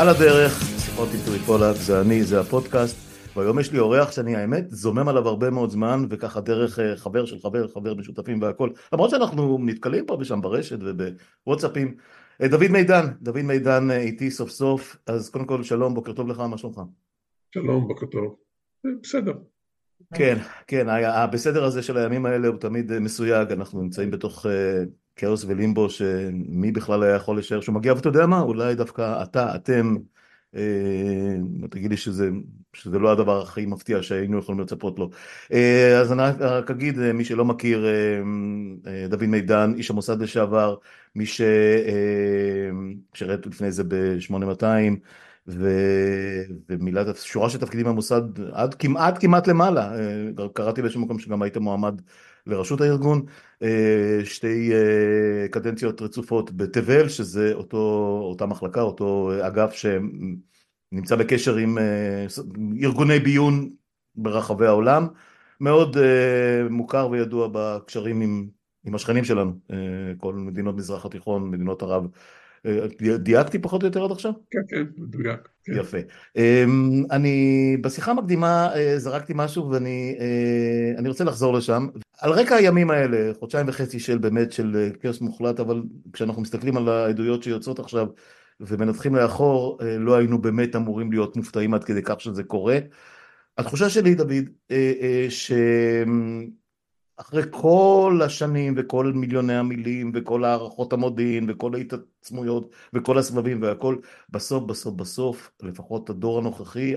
על הדרך, שיחות עם טורי פולק, זה אני, זה הפודקאסט, והיום יש לי אורח שאני האמת זומם עליו הרבה מאוד זמן, וככה דרך חבר של חבר, חבר משותפים והכל, למרות שאנחנו נתקלים פה ושם ברשת ובוואטסאפים. דוד מידן איתי סוף סוף, אז קודם כל שלום, בוקר טוב לך, מה שלומך? שלום, בוקר טוב. בסדר. כן, כן, בסדר הזה של הימים האלה הוא תמיד מסויג, אנחנו נמצאים בתוך כאוס ולימבו שמי בכלל היה יכול לשער שהוא מגיע, ואתה יודע מה, אולי דווקא אתם, תגיד לי שזה לא הדבר הכי מפתיע שהיינו יכולים לצפות לו. אז אני רק אגיד, מי שלא מכיר, דוד מידן, איש המוסד לשעבר, מי ששירת לפני זה ב-8200, ומילא שורה של תפקידים במוסד עד כמעט למעלה. קראתי באיזשהו מקום שגם היית מועמד לראשות הארגון, שתי קדנציות רצופות בתבל, שזה אותה מחלקה, אותו אגף שנמצא בקשר עם ארגוני ביון ברחבי העולם, מאוד מוכר וידוע בקשרים עם השכנים שלנו, כל מדינות מזרח התיכון, מדינות ערב. דייקתי פחות או יותר עד עכשיו? כן, כן, מדויק. כן. יפה. אני בשיחה המקדימה זרקתי משהו ואני רוצה לחזור לשם. על רקע הימים האלה, חודשיים וחצי של באמת של כאוס מוחלט, אבל כשאנחנו מסתכלים על העדויות שיוצאות עכשיו ומנתחים לאחור, לא היינו באמת אמורים להיות מופתעים עד כדי כך שזה קורה. התחושה שלי, דוד, אחרי כל השנים וכל מיליוני המילים וכל הערכות המודיעין וכל ההתעצמויות וכל הסבבים והכל, בסוף, לפחות הדור הנוכחי,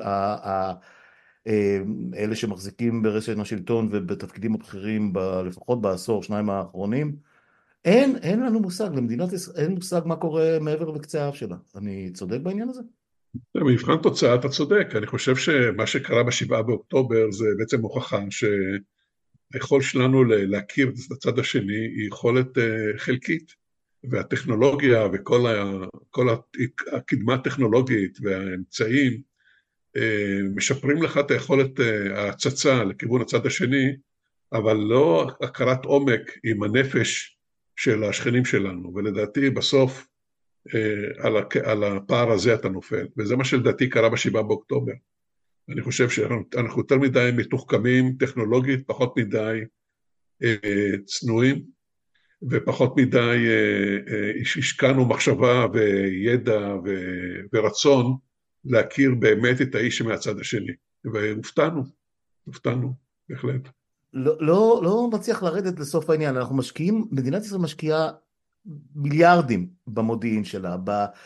אלה שמחזיקים ברשת השלטון ובתפקידים הבכירים, לפחות בעשור, שניים האחרונים, אין לנו מושג, למדינת ישראל אין מושג מה קורה מעבר לקצה האף שלה. אני צודק בעניין הזה? במבחן תוצאה אתה צודק. אני חושב שמה שקרה ב7 באוקטובר זה בעצם הוכחה שהיכולת שלנו להכיר את הצד השני היא יכולת חלקית, והטכנולוגיה וכל הקדמה הטכנולוגית והאמצעים משפרים לך את היכולת ההצצה לכיוון הצד השני, אבל לא הכרת עומק עם הנפש של השכנים שלנו, ולדעתי בסוף על הפער הזה אתה נופל, וזה מה שלדעתי קרה ב7 באוקטובר. אני חושב שאנחנו יותר מדי מתוחכמים טכנולוגית, פחות מדי צנועים, ופחות מדי השקענו מחשבה וידע ורצון להכיר באמת את האיש מהצד השני, והופתענו, בהחלט. לא מצליח לרדת לסוף העניין. אנחנו משקיעים, מדינת ישראל משקיעה מיליארדים במודיעין שלה,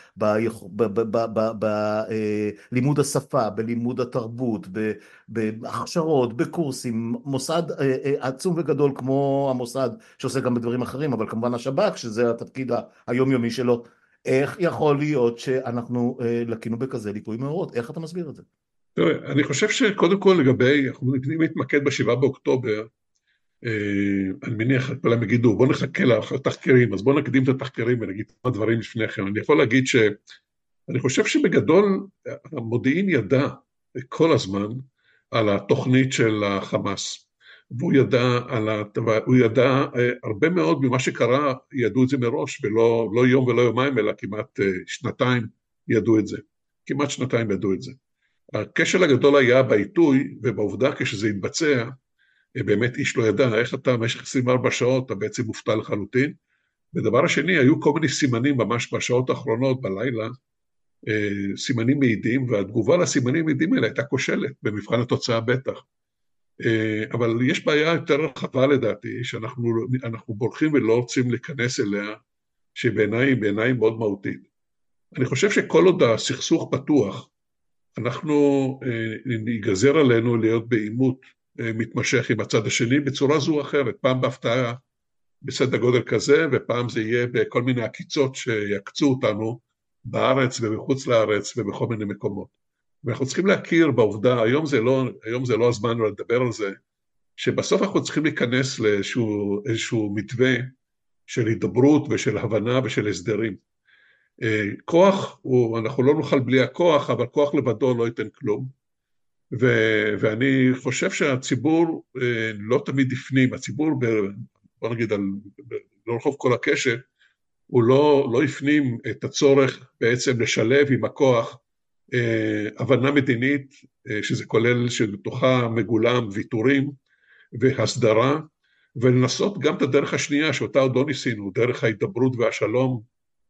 בלימוד השפה, בלימוד התרבות, בהכשרות, בקורסים, מוסד עצום וגדול כמו המוסד שעושה גם בדברים אחרים, אבל כמובן השב"כ, שזה התפקיד היומיומי שלו. איך יכול להיות שאנחנו לקינו בכזה ליקוי מאורות? איך אתה מסביר את זה? תראה, אני חושב שקודם כל לגבי, אנחנו נתמקד ב7 באוקטובר, אני מניח, כולם יגידו, בוא נחכה לתחקרים, אז בוא נקדים את התחקרים ונגיד כמה דברים לפני כן. אני יכול להגיד שאני חושב שבגדול המודיעין ידע כל הזמן על התוכנית של החמאס, והוא ידע הרבה מאוד ממה שקרה, ידעו את זה מראש, ולא יום ולא יומיים, אלא כמעט שנתיים ידעו את זה. כמעט שנתיים ידעו את זה. הכשל הגדול היה בעיתוי, ובעובדה כשזה התבצע, באמת איש לא ידע איך אתה במשך 24 שעות, אתה בעצם מופתע לחלוטין. ודבר השני, היו כל מיני סימנים ממש בשעות האחרונות בלילה, סימנים מעידים, והתגובה לסימנים מעידים האלה הייתה כושלת, במבחן התוצאה בטח. אבל יש בעיה יותר רחבה לדעתי, שאנחנו בורחים ולא רוצים להיכנס אליה, שבעיניי מאוד מהותית. אני חושב שכל עוד הסכסוך פתוח, ייגזר עלינו להיות בעימות מתמשך עם הצד השני בצורה זו או אחרת, פעם בהפתעה בסדר גודל כזה, ופעם זה יהיה בכל מיני עקיצות שיקצו אותנו בארץ ומחוץ לארץ ובכל מיני מקומות. ואנחנו צריכים להכיר בעובדה, היום זה לא הזמן לדבר על זה, שבסוף אנחנו צריכים להיכנס לאיזשהו מתווה של הידברות ושל הבנה ושל הסדרים. כוח, אנחנו לא נוכל בלי הכוח, אבל כוח לבדו לא ייתן כלום. ואני חושב שהציבור לא תמיד הפנים, הציבור, בוא נגיד, לא רחוב כל הקשת, הוא לא הפנים את הצורך בעצם לשלב עם הכוח הבנה מדינית, שזה כולל שבתוכה מגולם ויתורים והסדרה, ולנסות גם את הדרך השנייה שאותה עוד לא ניסינו, דרך ההידברות והשלום,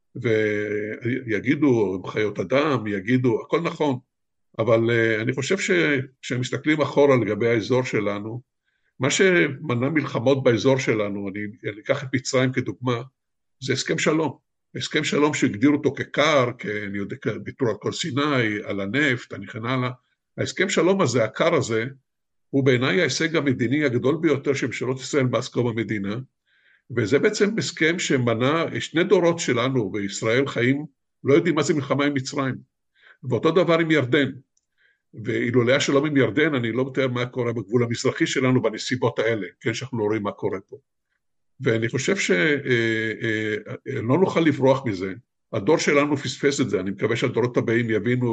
ויגידו הם חיות אדם, יגידו, הכל נכון, אבל אני חושב שכשהם מסתכלים אחורה לגבי האזור שלנו, מה שמנע מלחמות באזור שלנו, אני אקח את מצרים כדוגמה, זה הסכם שלום. הסכם שלום שהגדירו אותו כקר, אני יודע, ויתור על כל סיני, על הנפט, אני כן הלאה. ההסכם שלום הזה, הקר הזה, הוא בעיניי ההישג המדיני הגדול ביותר שממשלות ישראל בעסקו במדינה, וזה בעצם הסכם שמנע, שני דורות שלנו בישראל חיים, לא יודעים מה זה מלחמה עם מצרים, ואותו דבר עם ירדן, ואילולא השלום עם ירדן, אני לא מתאר מה קורה בגבול המזרחי שלנו בנסיבות האלה, כן, שאנחנו לא רואים מה קורה פה. ואני חושב שלא נוכל לברוח מזה, הדור שלנו פספס את זה, אני מקווה שהדורות הבאים יבינו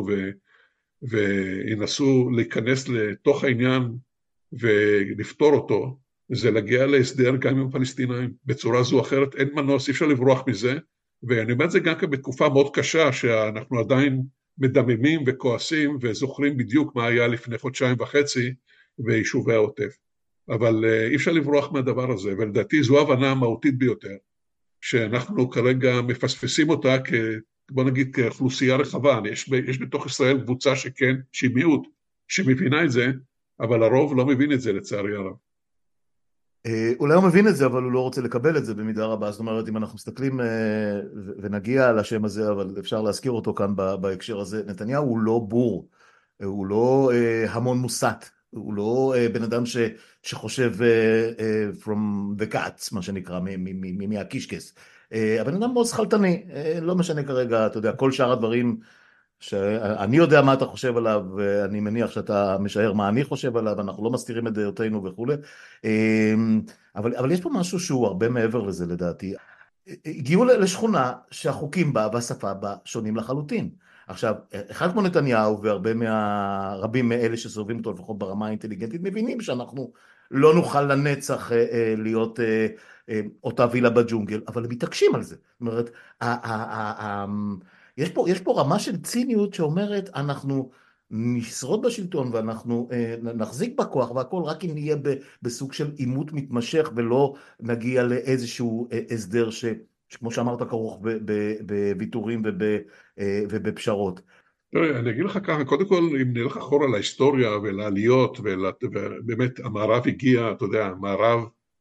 וינסו להיכנס לתוך העניין ולפתור אותו, זה להגיע להסדר גם עם הפלסטינאים, בצורה זו או אחרת, אין מנוס, אי אפשר לברוח מזה, ואני אומר את זה גם בתקופה מאוד קשה, שאנחנו עדיין מדממים וכועסים, וזוכרים בדיוק מה היה לפני חודשיים וחצי, ביישובי העוטף. אבל אי אפשר לברוח מהדבר הזה, ולדעתי זו הבנה המהותית ביותר, שאנחנו כרגע מפספסים אותה, בוא נגיד כאוכלוסייה רחבה, יש בתוך ישראל קבוצה שכן, שהיא מיעוט, שמבינה את זה, אבל הרוב לא מבין את זה לצערי הרב. אולי הוא מבין את זה, אבל הוא לא רוצה לקבל את זה במידה רבה. זאת אומרת, אם אנחנו מסתכלים ונגיע לשם הזה, אבל אפשר להזכיר אותו כאן בהקשר הזה, נתניהו הוא לא בור, הוא לא המון מוסת, הוא לא בן אדם שחושב from the cuts, מה שנקרא, מהקישקס. הבן אדם מאוד שכלתני, לא משנה כרגע, אתה יודע, כל שאר הדברים שאני יודע מה אתה חושב עליו, ואני מניח שאתה משער מה אני חושב עליו, אנחנו לא מסתירים את דעותינו וכו'. אבל יש פה משהו שהוא הרבה מעבר לזה לדעתי. הגיעו לשכונה שהחוקים בה והשפה בה שונים לחלוטין. עכשיו, אחד כמו נתניהו והרבה רבים מאלה שסובבים אותו לפחות ברמה האינטליגנטית מבינים שאנחנו לא נוכל לנצח להיות אותה וילה בג'ונגל, אבל הם מתעקשים על זה. זאת אומרת, יש פה רמה של ציניות שאומרת אנחנו נשרוד בשלטון ואנחנו נחזיק בכוח והכל רק אם נהיה בסוג של עימות מתמשך ולא נגיע לאיזשהו הסדר שכמו שאמרת כרוך בוויתורים ובפשרות. אני אגיד לך ככה, קודם כל אם נלך אחורה להיסטוריה ולעליות, ובאמת המערב הגיע, אתה יודע, המערב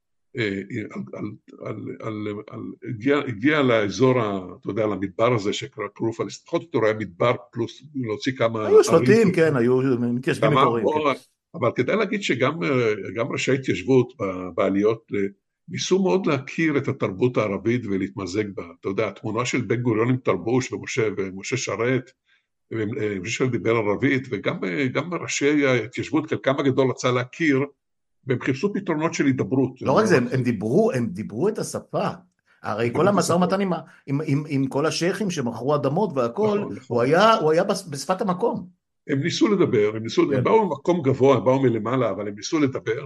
הגיע לאזור, אתה יודע, למדבר הזה שקראו פלסטין, פחות או יותר היה מדבר פלוס להוציא כמה היו שבטים, כן, היו מתיישבים מקוריים. אבל כדאי להגיד שגם ראשי התיישבות בעליות ניסו מאוד להכיר את התרבות הערבית ולהתמזג בה. אתה יודע, התמונה של בן גוריון עם תרבוש ומשה שרת, ומשה דיבר ערבית, וגם ראשי ההתיישבות, חלקם הגדול רצה להכיר, והם חיפשו פתרונות של הידברות. לא רק זה, הם דיברו את השפה. הרי כל המשא ומתן עם כל השייכים שמכרו אדמות והכל, הוא היה בשפת המקום. הם ניסו לדבר, הם באו ממקום גבוה, הם באו מלמעלה, אבל הם ניסו לדבר,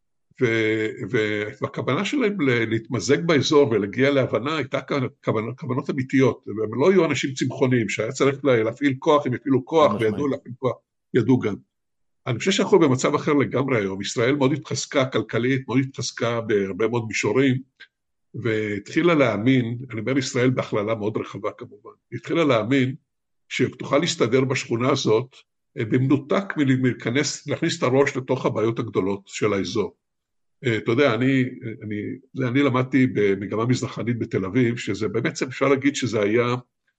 והכוונה שלהם להתמזג באזור ולהגיע להבנה הייתה כוונות אמיתיות, והם לא היו אנשים צמחוניים, שהיה צריך להפעיל כוח, הם הפעילו כוח וידעו להפעיל כוח, ידעו גם. אני חושב שאנחנו במצב אחר לגמרי היום, ישראל מאוד התחזקה כלכלית, מאוד התחזקה בהרבה מאוד מישורים, והתחילה להאמין, אני אומר ישראל בהכללה מאוד רחבה כמובן, התחילה להאמין שתוכל להסתדר בשכונה הזאת, במנותק להכניס את הראש לתוך הבעיות הגדולות של האזור. אתה יודע, אני למדתי במגמה מזרחנית בתל אביב, שזה באמת אפשר להגיד שזה היה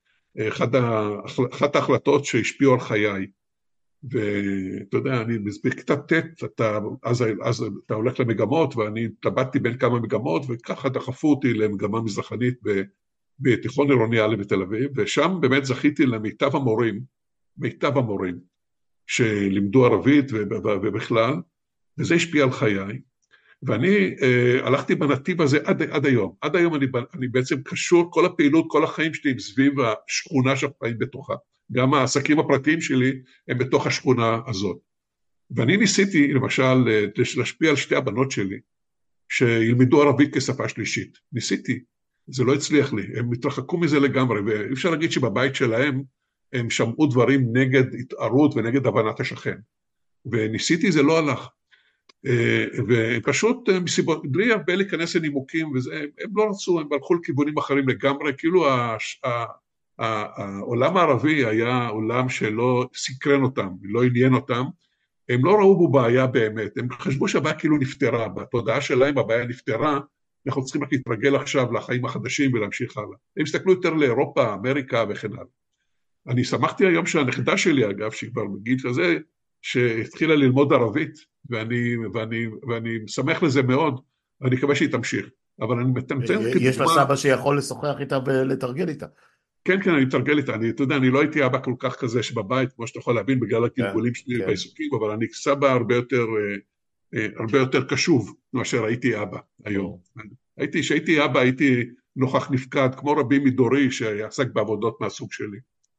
אחת ההחלטות שהשפיעו על חיי. ואתה יודע, אני בכיתה ט', אז אתה הולך למגמות, ואני התלבטתי בין כמה מגמות, וככה דחפו אותי למגמה מזרחנית בתיכון עירוני א' בתל אביב, ושם באמת זכיתי למיטב המורים שלימדו ערבית ובכלל, וזה השפיע על חיי. ואני הלכתי בנתיב הזה עד היום. עד היום אני בעצם קשור, כל הפעילות, כל החיים שלי סביב השכונה שאנחנו חיים בתוכה. גם העסקים הפרטיים שלי הם בתוך השכונה הזאת. ואני ניסיתי למשל להשפיע על שתי הבנות שלי, שילמדו ערבית כשפה שלישית. ניסיתי, זה לא הצליח לי, הם התרחקו מזה לגמרי, ואי אפשר להגיד שבבית שלהם הם שמעו דברים נגד התערות ונגד הבנת השכן. וניסיתי, זה לא הלך. ופשוט מסיבות, בלי הרבה להיכנס לנימוקים, הם לא רצו, הם הלכו לכיוונים אחרים לגמרי, כאילו העולם הערבי היה עולם שלא סקרן אותם, לא עניין אותם, הם לא ראו בו בעיה באמת, הם חשבו שהבעיה כאילו נפתרה, בתודעה שלהם הבעיה נפתרה, אנחנו צריכים רק להתרגל עכשיו לחיים החדשים ולהמשיך הלאה. הם הסתכלו יותר לאירופה, אמריקה וכן הלאה. אני שמחתי היום שהנכדה שלי, אגב, שהיא כבר בגיל כזה, שהתחילה ללמוד ערבית, ואני שמח לזה מאוד, ואני מקווה שהיא תמשיך. אבל אני מתמצן יש לה כדוגמה, סבא שיכול לשוחח איתה ולתרגל איתה. כן, כן, אני מתרגל איתה, אתה יודע, אני לא הייתי אבא כל כך כזה שבבית, כמו שאתה יכול להבין, בגלל כן, הגלגולים שלי כן. בעיסוקים, אבל אני סבא הרבה יותר קשוב מאשר הייתי אבא היום. כשהייתי אבא, הייתי נוכח נפקד, כמו רבים מדורי שעסק בעבודות מהסוג שלי.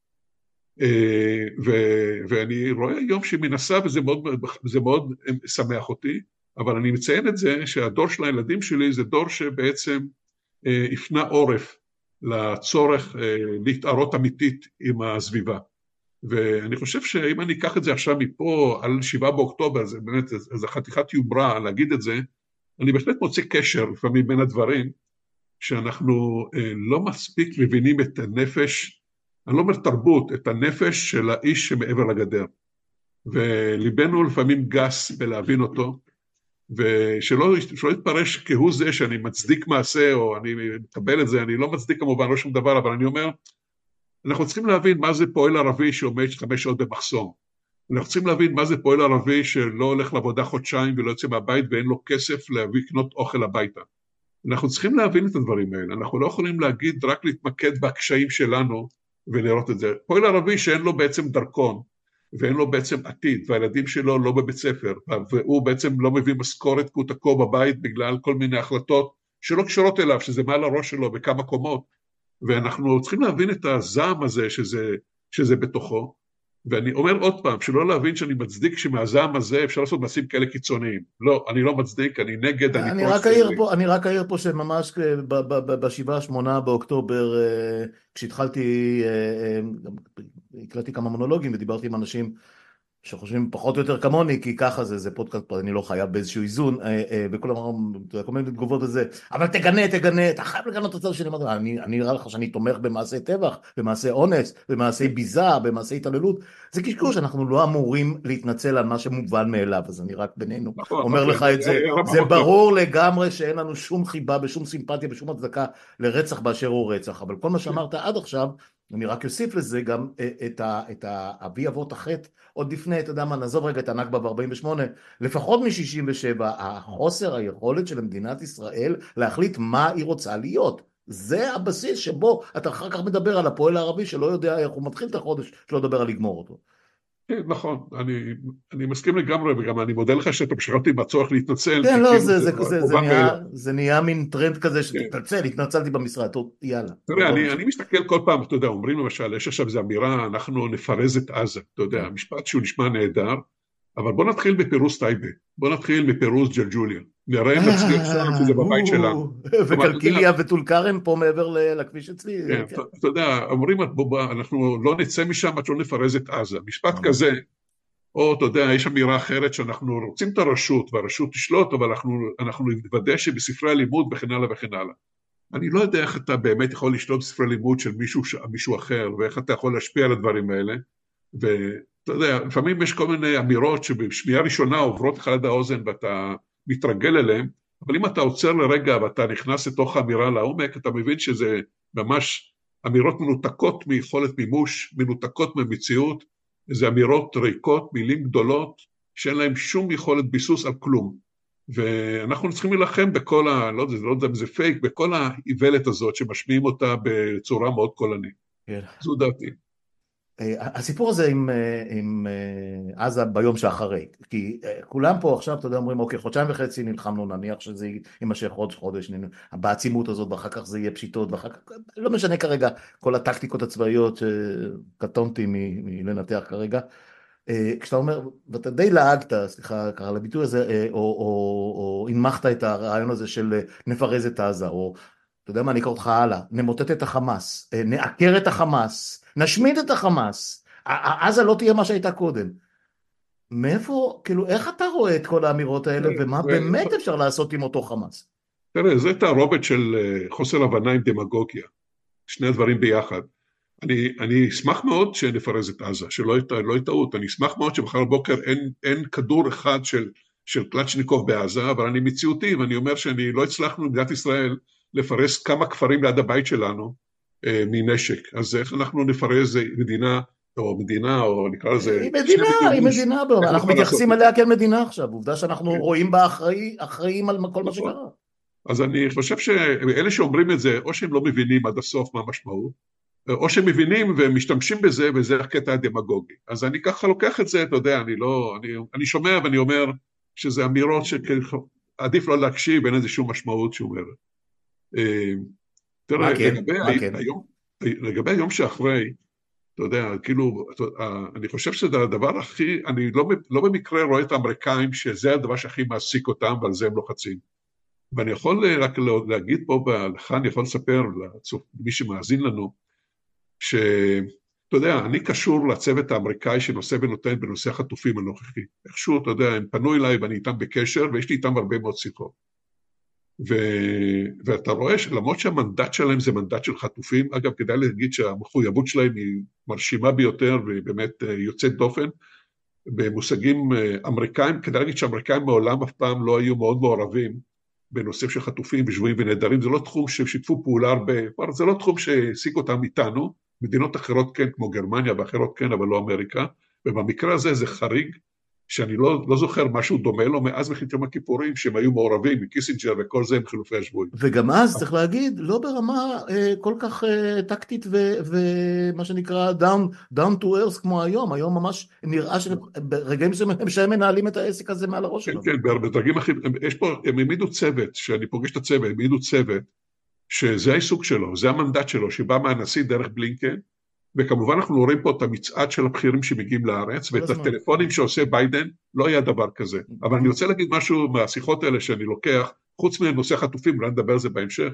ואני רואה היום שמנסה, וזה מאוד שמח אותי, אבל אני מציין את זה שהדור של הילדים שלי זה דור שבעצם הפנה עורף לצורך להתערות אמיתית עם הסביבה. ואני חושב שאם אני אקח את זה עכשיו מפה על 7 באוקטובר, זה באמת איזו חתיכת יומרה להגיד את זה, אני בהחלט מוצא קשר לפעמים בין הדברים, שאנחנו לא מספיק מבינים את הנפש, אני לא אומר תרבות, את הנפש של האיש שמעבר לגדר. וליבנו לפעמים גס בלהבין אותו, ושלא יתפרש כהוא זה שאני מצדיק מעשה, או אני מקבל את זה, אני לא מצדיק כמובן לא שום דבר, אבל אני אומר, אנחנו צריכים להבין מה זה פועל ערבי שעומד 5 שעות במחסום. אנחנו צריכים להבין מה זה פועל ערבי שלא הולך לעבודה חודשיים ולא יוצא מהבית ואין לו כסף לקנות אוכל הביתה. אנחנו צריכים להבין את הדברים האלה, אנחנו לא יכולים להגיד רק להתמקד בקשיים שלנו ולראות את זה. פועל ערבי שאין לו בעצם דרכון ואין לו בעצם עתיד, והילדים שלו לא בבית ספר, והוא בעצם לא מביא משכורת כי הוא תקוע בבית בגלל כל מיני החלטות שלא קשורות אליו, שזה מעל הראש שלו בכמה קומות, ואנחנו צריכים להבין את הזעם הזה שזה בתוכו, ואני אומר עוד פעם, שלא להבין שאני מצדיק שמהזעם הזה אפשר לעשות מעשים כאלה קיצוניים. לא, אני לא מצדיק, אני נגד, אני אני רק אעיר פה שממש ב7-8 באוקטובר, כשהתחלתי, הקלטתי כמה מונולוגים ודיברתי עם אנשים שחושבים פחות או יותר כמוני, כי ככה זה פודקאסט, אני לא חייב באיזשהו איזון, וכולם אמרו, כל מיני תגובות לזה, אבל תגנה, אתה חייב לגנות את הצד שלי, אני נראה לך שאני תומך במעשי טבח, במעשי אונס, במעשי ביזה, במעשי התעללות, זה קשקוש, אנחנו לא אמורים להתנצל על מה שמובן מאליו, אז אני רק בינינו אומר לך את זה, זה ברור לגמרי שאין לנו שום חיבה, בשום סימפתיה, בשום הצדקה לרצח באשר הוא רצח, אבל כל מה שאמרת עד עכשיו, אני רק אוסיף לזה גם את האבי אבות החטא, עוד לפני, אתה יודע מה, נעזוב רגע את הנכבה ב-48, לפחות מ-67, החוסר היכולת של מדינת ישראל להחליט מה היא רוצה להיות. זה הבסיס שבו אתה אחר כך מדבר על הפועל הערבי שלא יודע איך הוא מתחיל את החודש, שלא לדבר על לגמור אותו. כן, נכון, אני מסכים לגמרי, וגם אני מודה לך שאתה משארתי בצורך להתנצל, כן, כי לא, כאילו זה נהיה מין טרנד כזה שתתנצל, התנצלתי במשרד, טוב, יאללה. תראה, אני מסתכל כל פעם, אתה יודע, אומרים למשל, יש עכשיו איזו אמירה, אנחנו נפרז את עזה, אתה יודע, משפט שהוא נשמע נהדר, אבל בוא נתחיל בפירוס טייבה, בוא נתחיל מפירוס ג'לג'וליה, נראה אם נצליח שם שזה בבית שלנו. וקלקיליה וטול כרם פה מעבר לכביש אצלי. כן, אתה יודע, אומרים, אנחנו לא נצא משם עד שלא נפרז את עזה, משפט כזה, או אתה יודע, יש אמירה אחרת שאנחנו רוצים את הרשות, והרשות תשלוט, אבל אנחנו נוודא שבספרי הלימוד וכן הלאה וכן הלאה. אני לא יודע איך אתה באמת יכול לשלוט בספרי לימוד של מישהו אחר, ואיך אתה יכול להשפיע על הדברים האלה, ואתה יודע, לפעמים יש כל מיני אמירות שבשמיעה ראשונה עוברות לך עד האוזן ואתה מתרגל אליהן, אבל אם אתה עוצר לרגע ואתה נכנס לתוך האמירה לעומק, אתה מבין שזה ממש אמירות מנותקות מיכולת מימוש, מנותקות ממציאות, זה אמירות ריקות, מילים גדולות, שאין להם שום יכולת ביסוס על כלום. ואנחנו צריכים להילחם בכל לא יודע אם זה פייק, בכל האיוולת הזאת שמשמיעים אותה בצורה מאוד קולנית. זו דעתי. הסיפור הזה עם עזה ביום שאחרי, כי כולם פה עכשיו, אתה יודע, אומרים, אוקיי, 1.5 נלחמנו, נניח שזה יימשך חודש, בעצימות הזאת, ואחר כך זה יהיה פשיטות, ואחר כך, לא משנה כרגע, כל הטקטיקות הצבאיות שקטונתי מלנתח כרגע, כשאתה אומר, ואתה די לעגת, סליחה, קרא לביטוי הזה, או הנמכת את הרעיון הזה של נפרז את עזה, או אתה יודע מה, אני אקרא אותך הלאה, נמוטט את החמאס, נעקר את החמאס, נשמיד את החמאס, עזה לא תהיה מה שהייתה קודם. מאיפה, כאילו, איך אתה רואה את כל האמירות האלה, ומה באמת אפשר לעשות עם אותו חמאס? תראה, זה תערובת של חוסר הבנה עם דמגוגיה, שני הדברים ביחד. אני אשמח מאוד שנפרז את עזה, שלא יהיה טעות, אני אשמח מאוד שמחר בבוקר אין כדור אחד של קלצ'ניקוב בעזה, אבל אני מציאותי, ואני אומר שאני לא הצלחנו במדינת ישראל לפרז כמה כפרים ליד הבית שלנו מנשק. אז איך אנחנו נפרז מדינה, או נקרא לזה שני היא בדימוש, מדינה, איך אנחנו נוכל לעשות מתייחסים את זה? אליה כאל מדינה עכשיו, עובדה שאנחנו כן, רואים בה אחראים על כל מה נכון. שקרה. אז אני חושב שאלה שאומרים את זה, או שהם לא מבינים עד הסוף מה המשמעות, או שהם מבינים ומשתמשים בזה, וזה הקטע הדמגוגי. אז אני ככה לוקח את זה, אתה יודע, אני שומע ואני אומר שזה אמירות שעדיף לא להקשיב, אין איזה שום משמעות שהוא אומר. תראה, מה כן? לגבי היום שאחרי, אתה יודע, כאילו, אני חושב שזה הדבר הכי, אני לא במקרה רואה את האמריקאים, שזה הדבר שהכי מעסיק אותם, ועל זה הם לוחצים. ואני יכול רק להגיד פה, לך אני יכול לספר למי שמאזין לנו, שאתה יודע, אני קשור לצוות האמריקאי שנושא ונותן בנושא החטופים הנוכחי. איכשהו, אתה יודע, הם פנו אליי ואני איתם בקשר, ויש לי איתם הרבה מאוד שיחות. ואתה רואה שלמרות שהמנדט שלהם זה מנדט של חטופים, אגב, כדאי להגיד שהמחויבות שלהם היא מרשימה ביותר, ובאמת יוצאת דופן, במושגים אמריקאים, כדאי להגיד שהאמריקאים מעולם אף פעם לא היו מאוד מעורבים, בנושא של חטופים ושבויים ונעדרים, זה לא תחום ששיתפו פעולה הרבה, זה לא תחום שהעסיק אותם איתנו, מדינות אחרות כן, כמו גרמניה ואחרות כן, אבל לא אמריקה, ובמקרה הזה זה חריג, שאני לא זוכר משהו דומה לו, מאז מלחמת יום הכיפורים, שהם היו מעורבים, מקיסינג'ר וכל זה עם חילופי השבויים. וגם אז צריך להגיד, לא ברמה כל כך טקטית ומה שנקרא down to earth כמו היום, היום ממש נראה שברגעים שהם מנהלים את העסק הזה מעל הראש כן, שלנו. כן, בדרגים אחרים, הם העמידו צוות, שאני פוגש את הצוות, הם העמידו צוות, שזה העיסוק שלו, זה המנדט שלו, שבא מהנשיא דרך בלינקן, וכמובן אנחנו רואים פה את המצעד של הבכירים שמגיעים לארץ, ואת הטלפונים שעושה ביידן, לא היה דבר כזה. אבל אני רוצה להגיד משהו מהשיחות האלה שאני לוקח, חוץ מנושא חטופים, אולי נדבר על זה בהמשך,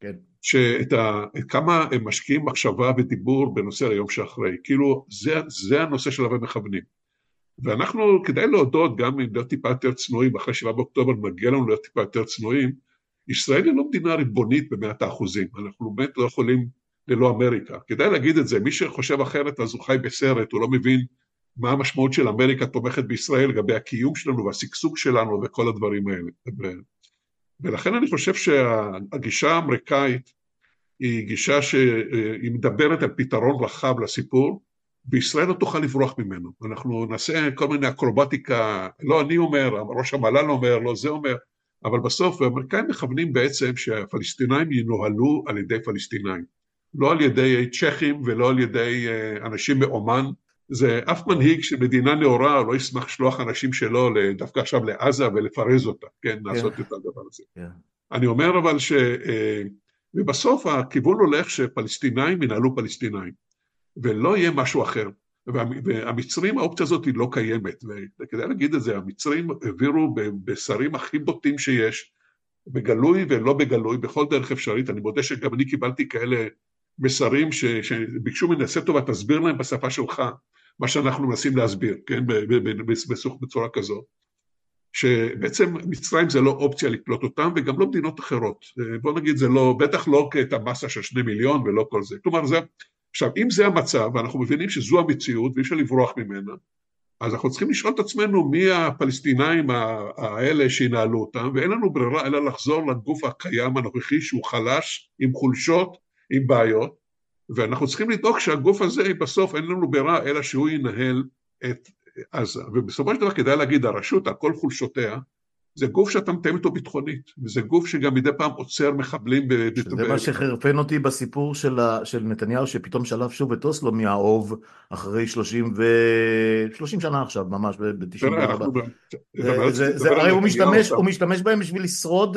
כמה הם משקיעים מחשבה ודיבור בנושא היום שאחרי, כאילו זה הנושא שלו הם מכוונים. ואנחנו כדאי להודות, גם אם להיות טיפה יותר צנועים, אחרי 7 באוקטובר מגיע לנו להיות טיפה יותר צנועים, ישראל היא לא מדינה ריבונית ב100%, אנחנו באמת לא יכולים ללא אמריקה. כדאי להגיד את זה, מי שחושב אחרת אז הוא חי בסרט, הוא לא מבין מה המשמעות של אמריקה תומכת בישראל לגבי הקיום שלנו והשגשוג שלנו וכל הדברים האלה. ולכן אני חושב שהגישה האמריקאית היא גישה שהיא מדברת על פתרון רחב לסיפור, בישראל לא תוכל לברוח ממנו. אנחנו נעשה כל מיני אקרובטיקה, לא אני אומר, ראש המל"ל אומר, לא זה אומר, אבל בסוף האמריקאים מכוונים בעצם שהפלסטינאים ינוהלו על ידי פלסטינאים. לא על ידי צ'כים ולא על ידי אנשים מאומן. זה אף מנהיג של מדינה נאורה לא ישמח לשלוח אנשים שלו דווקא עכשיו לעזה ולפרז אותה, כן, לעשות את הדבר הזה. אני אומר אבל ובסוף הכיוון הולך שפלסטינאים ינהלו פלסטינאים, ולא יהיה משהו אחר. והמצרים, האופציה הזאת היא לא קיימת, וכדאי להגיד את זה, המצרים העבירו בשרים הכי בוטים שיש, בגלוי ולא בגלוי, בכל דרך אפשרית. אני מודה שגם אני קיבלתי כאלה מסרים שביקשו ממני, עשה טובה, תסביר להם בשפה שלך, מה שאנחנו מנסים להסביר, כן, בצורה כזו. שבעצם מצרים זה לא אופציה לקלוט אותם, וגם לא מדינות אחרות. בוא נגיד, זה לא, בטח לא את המסה של 2 מיליון ולא כל זה. כלומר, עכשיו, אם זה המצב, ואנחנו מבינים שזו המציאות, ואי אפשר לברוח ממנה, אז אנחנו צריכים לשאול את עצמנו מי הפלסטינאים האלה שינהלו אותם, ואין לנו ברירה אלא לחזור לגוף הקיים הנוכחי שהוא חלש, עם חולשות, עם בעיות, ואנחנו צריכים לדאוג שהגוף הזה בסוף אין לנו ברירה אלא שהוא ינהל את עזה. ובסופו של דבר כדאי להגיד, הרשות על כל חולשותיה, זה גוף שאתה מתאם איתו ביטחונית, וזה גוף שגם מדי פעם עוצר מחבלים. שזה מה שחרפן אותי בסיפור של נתניהו, שפתאום שלף שוב את אוסלו מהאוב, אחרי 30 שנה עכשיו, ממש ב-94. הרי הוא משתמש בהם בשביל לשרוד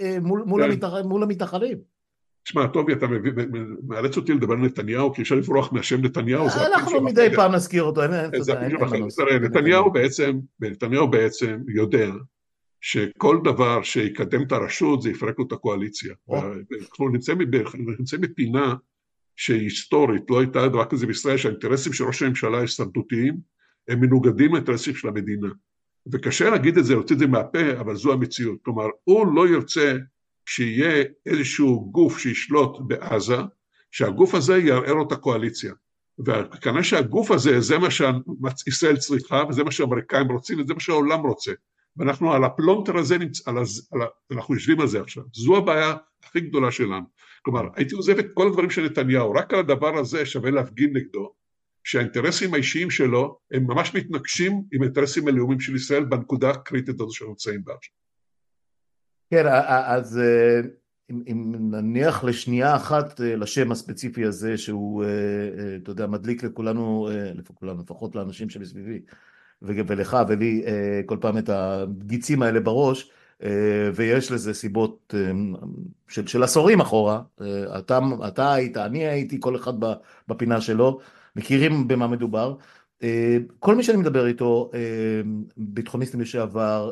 מול המתנחלים. תשמע, טובי, אתה מאלץ אותי לדבר על נתניהו, כי אפשר לפרוח מהשם נתניהו. אנחנו מדי פעם נזכיר אותו. נתניהו בעצם יודע שכל דבר שיקדם את הרשות זה יפרק לו את הקואליציה. או, אנחנו נמצאים בפינה שהיא היסטורית, לא הייתה דבר כזה בישראל, שהאינטרסים של ראש הממשלה הישרדותיים, הם מנוגדים לאינטרסים של המדינה. וקשה להגיד את זה, להוציא את זה מהפה, אבל זו המציאות. כלומר, הוא לא ירצה שיהיה איזשהו גוף שישלוט בעזה, שהגוף הזה יערער לו את הקואליציה. וכנראה שהגוף הזה, זה מה שישראל צריכה, וזה מה שהאמריקאים רוצים, וזה מה שהעולם רוצה. ואנחנו על הפלונטר הזה, אנחנו יושבים על זה עכשיו. זו הבעיה הכי גדולה שלנו. כלומר, הייתי עוזב את כל הדברים של נתניהו, רק על הדבר הזה שווה להפגין נגדו, שהאינטרסים האישיים שלו הם ממש מתנגשים עם האינטרסים הלאומיים של ישראל בנקודה הקריטית הזו שאנחנו נמצאים בה עכשיו. כן, אז אם נניח לשנייה אחת לשם הספציפי הזה, שהוא, אתה יודע, מדליק לכולנו, לפחות לאנשים שמסביבי, ולך ולי כל פעם את הגיצים האלה בראש, ויש לזה סיבות של עשורים אחורה. אתה היית, אני הייתי, כל אחד בפינה שלו, מכירים במה מדובר. כל מי שאני מדבר איתו, ביטחוניסטים לשעבר,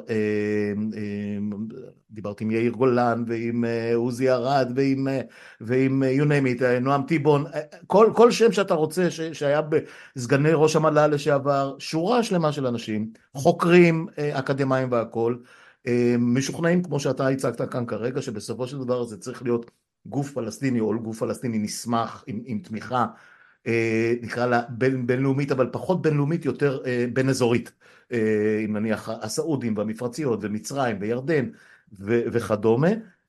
דיברתי עם יאיר גולן ועם עוזי ארד ועם you name it, נועם טיבון, כל שם שאתה רוצה שהיה בסגני ראש המל"ל לשעבר, שורה שלמה של אנשים, חוקרים, אקדמיים והכל, משוכנעים כמו שאתה הצגת כאן כרגע, שבסופו של דבר זה צריך להיות גוף פלסטיני או גוף פלסטיני נסמך עם תמיכה, נקרא לה בינלאומית, אבל פחות בינלאומית, יותר בין אזורית, אם נניח הסעודים והמפרציות ומצרים וירדן וכדומה,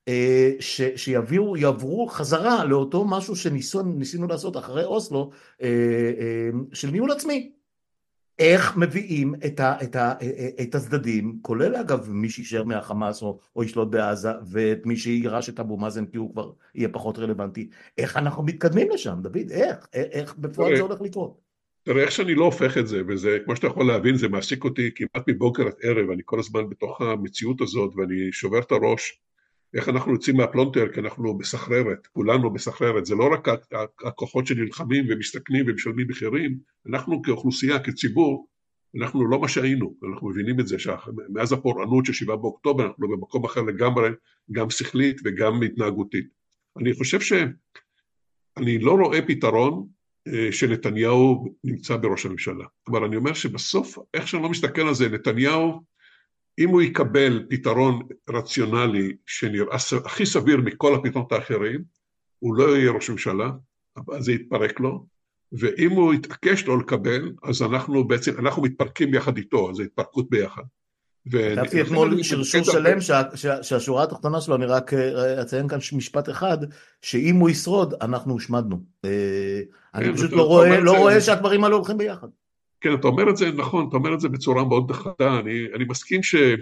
שיעברו חזרה לאותו משהו שניסינו לעשות אחרי אוסלו, של ניהול עצמי. איך מביאים את הצדדים, כולל אגב מי שישאר מהחמאס או ישלוט בעזה, ואת מי שירש את אבו מאזן כי הוא כבר יהיה פחות רלוונטי, איך אנחנו מתקדמים לשם, דוד? איך בפועל זה הולך לקרות? תראה, איך שאני לא הופך את זה, וזה, כמו שאתה יכול להבין, זה מעסיק אותי כמעט מבוקר עד ערב, אני כל הזמן בתוך המציאות הזאת, ואני שובר את הראש, איך אנחנו יוצאים מהפלונטר, כי אנחנו בסחררת, כולנו בסחררת, זה לא רק הכוחות שנלחמים ומסתכנים ומשלמים מחירים, אנחנו כאוכלוסייה, כציבור, אנחנו לא מה שהיינו, אנחנו מבינים את זה, שמאז הפורענות של 7 באוקטובר, אנחנו במקום אחר לגמרי, גם שכלית וגם התנהגותית. אני חושב שאני לא רואה פתרון שנתניהו נמצא בראש הממשלה. כלומר, אני אומר שבסוף, איך שאני לא מסתכל על זה, נתניהו, אם הוא יקבל פתרון רציונלי שנראה הכי סביר מכל הפתרונות האחרים, הוא לא יהיה ראש ממשלה, אז זה יתפרק לו, ואם הוא יתעקש לא לקבל, אז אנחנו מתפרקים יחד איתו, אז זה התפרקות ביחד. כתבתי אתמול שרשור שלם שהשורה התחתונה שלו, אני רק אציין כאן משפט אחד, שאם הוא ישרוד, אנחנו הושמדנו. אני פשוט לא רואה שהדברים האלה הולכים ביחד. כן, אתה אומר את זה נכון, אתה אומר את זה בצורה מאוד חדה, אני מסכים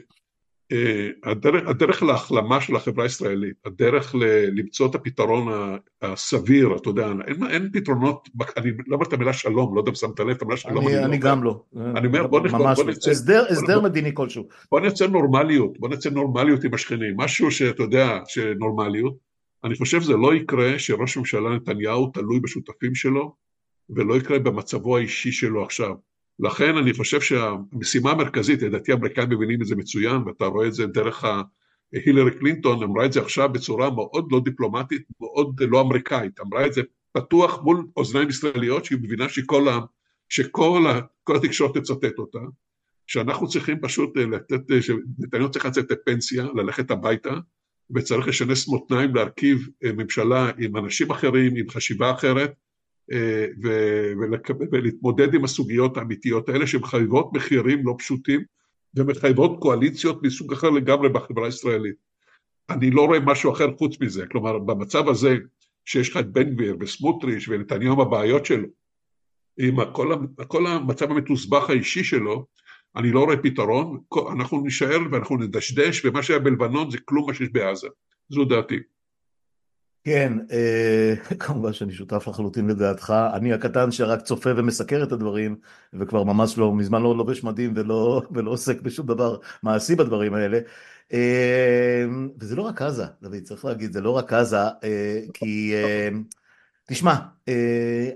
שהדרך להחלמה של החברה הישראלית, הדרך למצוא את הפתרון הסביר, אתה יודע, אין פתרונות, אני לא אומר את המילה שלום, לא יודע אם שמת לב את המילה שלום, אני גם לא. אני אומר, בוא נצא, הסדר מדיני כלשהו. בוא נצא נורמליות עם השכנים, משהו שאתה יודע, שנורמליות, אני חושב שזה לא יקרה שראש ממשלה נתניהו תלוי בשותפים שלו, ולא יקרה במצבו האישי שלו עכשיו. לכן אני חושב שהמשימה המרכזית, לדעתי האמריקאים מבינים את זה מצוין, ואתה רואה את זה דרך הילרי קלינטון, אמרה את זה עכשיו בצורה מאוד לא דיפלומטית, מאוד לא אמריקאית, אמרה את זה פתוח מול אוזניים ישראליות, שהיא מבינה שכל התקשורת תצטט אותה, שאנחנו צריכים פשוט נתניהו צריך לצאת לפנסיה, ללכת הביתה, וצריך לשנס מותניים להרכיב ממשלה עם אנשים אחרים, עם חשיבה אחרת, ולהתמודד עם הסוגיות האמיתיות האלה שמחייבות מחירים לא פשוטים ומחייבות קואליציות מסוג אחר לגמרי בחברה הישראלית. אני לא רואה משהו אחר חוץ מזה, כלומר במצב הזה שיש לך את בן גביר וסמוטריץ' ונתניהו הבעיות שלו, עם כל המצב המתוסבך האישי שלו, אני לא רואה פתרון, אנחנו נשאר ואנחנו נדשדש, ומה שהיה בלבנון זה כלום מה שיש בעזה, זו דעתי. כן, כמובן שאני שותף לחלוטין לדעתך, אני הקטן שרק צופה ומסקר את הדברים, וכבר ממש לא, מזמן לא לובש מדים ולא עוסק בשום דבר מעשי בדברים האלה, וזה לא רק עזה, דוד, צריך להגיד, זה לא רק עזה, כי, תשמע,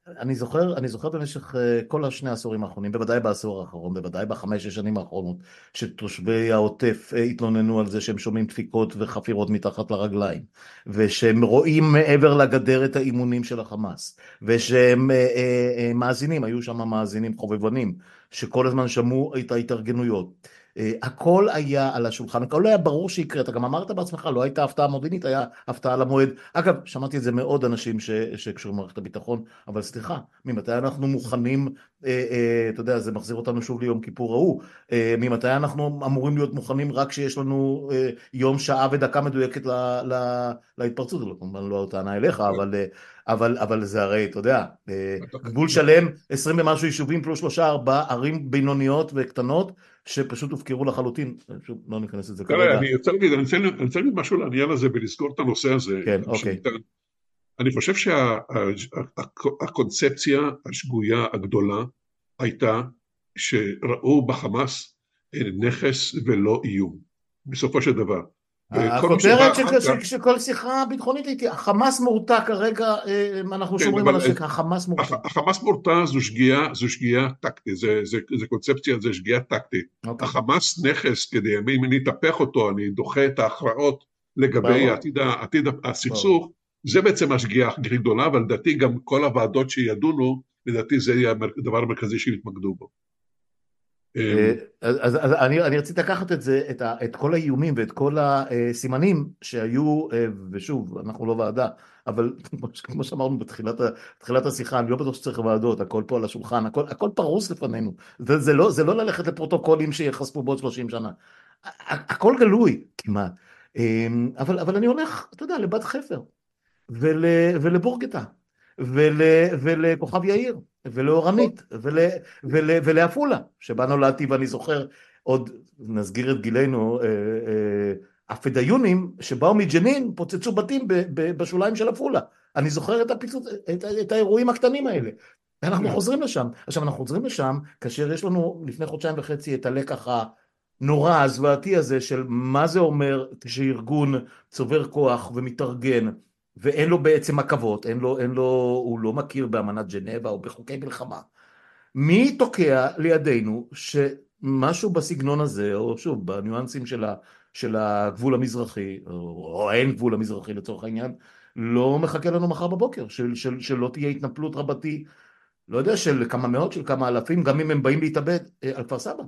אני זוכר במשך כל השני העשורים האחרונים, בוודאי בעשור האחרון, בוודאי בחמש השנים האחרונות, שתושבי העוטף התלוננו על זה שהם שומעים דפיקות וחפירות מתחת לרגליים, ושהם רואים מעבר לגדר את האימונים של החמאס, ושהם מאזינים, היו שם מאזינים חובבנים, שכל הזמן שמעו את ההתארגנויות. הכל היה על השולחן, הכל היה ברור שיקרה, אתה גם אמרת בעצמך, לא הייתה הפתעה מודיעינית, היה הפתעה למועד. אגב, שמעתי את זה מאוד אנשים שקשורים למערכת הביטחון, אבל סליחה, ממתי אנחנו מוכנים, אתה יודע, זה מחזיר אותנו שוב ליום כיפור ההוא, ממתי אנחנו אמורים להיות מוכנים רק שיש לנו יום, שעה ודקה מדויקת להתפרצות, זה כמובן לא טענה אליך, אבל זה הרי, אתה יודע, גבול שלם, 20 ומשהו יישובים פלוס 3-4 ערים בינוניות וקטנות, שפשוט הופקרו לחלוטין, שוב, לא ניכנס לזה תראה, כרגע. אני רוצה להגיד משהו לעניין הזה ולסגור את הנושא הזה. כן, אוקיי. אני חושב שהקונספציה השגויה הגדולה הייתה שראו בחמאס נכס ולא איום, בסופו של דבר. הכותרת שכל שיחה ביטחונית הייתי, החמאס מורתע כרגע, אנחנו שומרים על השקע, החמאס מורתע. החמאס מורתע זו שגיאה טקטית, זה קונספציה, זה שגיאה טקטית. החמאס נכס, כדי אם אני אתהפך אותו, אני דוחה את ההכרעות לגבי עתיד הסכסוך, זה בעצם השגיאה הכי גדולה, אבל לדעתי גם כל הוועדות שידונו, לדעתי זה יהיה הדבר המרכזי שיתמקדו בו. אז אני רציתי לקחת את זה, את כל האיומים ואת כל הסימנים שהיו, ושוב, אנחנו לא ועדה, אבל כמו שאמרנו בתחילת השיחה, אני לא בטוח שצריך ועדות, הכל פה על השולחן, הכל פרוס לפנינו, זה לא ללכת לפרוטוקולים שיחשפו בעוד 30 שנה, הכל גלוי כמעט, אבל אני הולך, אתה יודע, לבת חפר, ולבורגתה, ולכוכב יאיר, ולאורנית, ולאפולה, שבה נולדתי, ואני זוכר, עוד נסגיר את גילנו, הפדאיונים שבאו מג'נין, פוצצו בתים בשוליים של אפולה. אני זוכר את האירועים הקטנים האלה. אנחנו חוזרים לשם. עכשיו, אנחנו חוזרים לשם, כאשר יש לנו לפני חודשיים וחצי את הלקח הנורא, הזוועתי הזה, של מה זה אומר כשארגון צובר כוח ומתארגן, ואין לו בעצם עכבות, הוא לא מכיר באמנת ג'נבה או בחוקי מלחמה. מי תוקע לידינו שמשהו בסגנון הזה, או שוב, בניואנסים של הגבול המזרחי, או אין גבול המזרחי לצורך העניין, לא מחכה לנו מחר בבוקר, שלא תהיה התנפלות רבתי, לא יודע, של כמה מאות, של כמה אלפים, גם אם הם באים להתאבד על כפר סבא,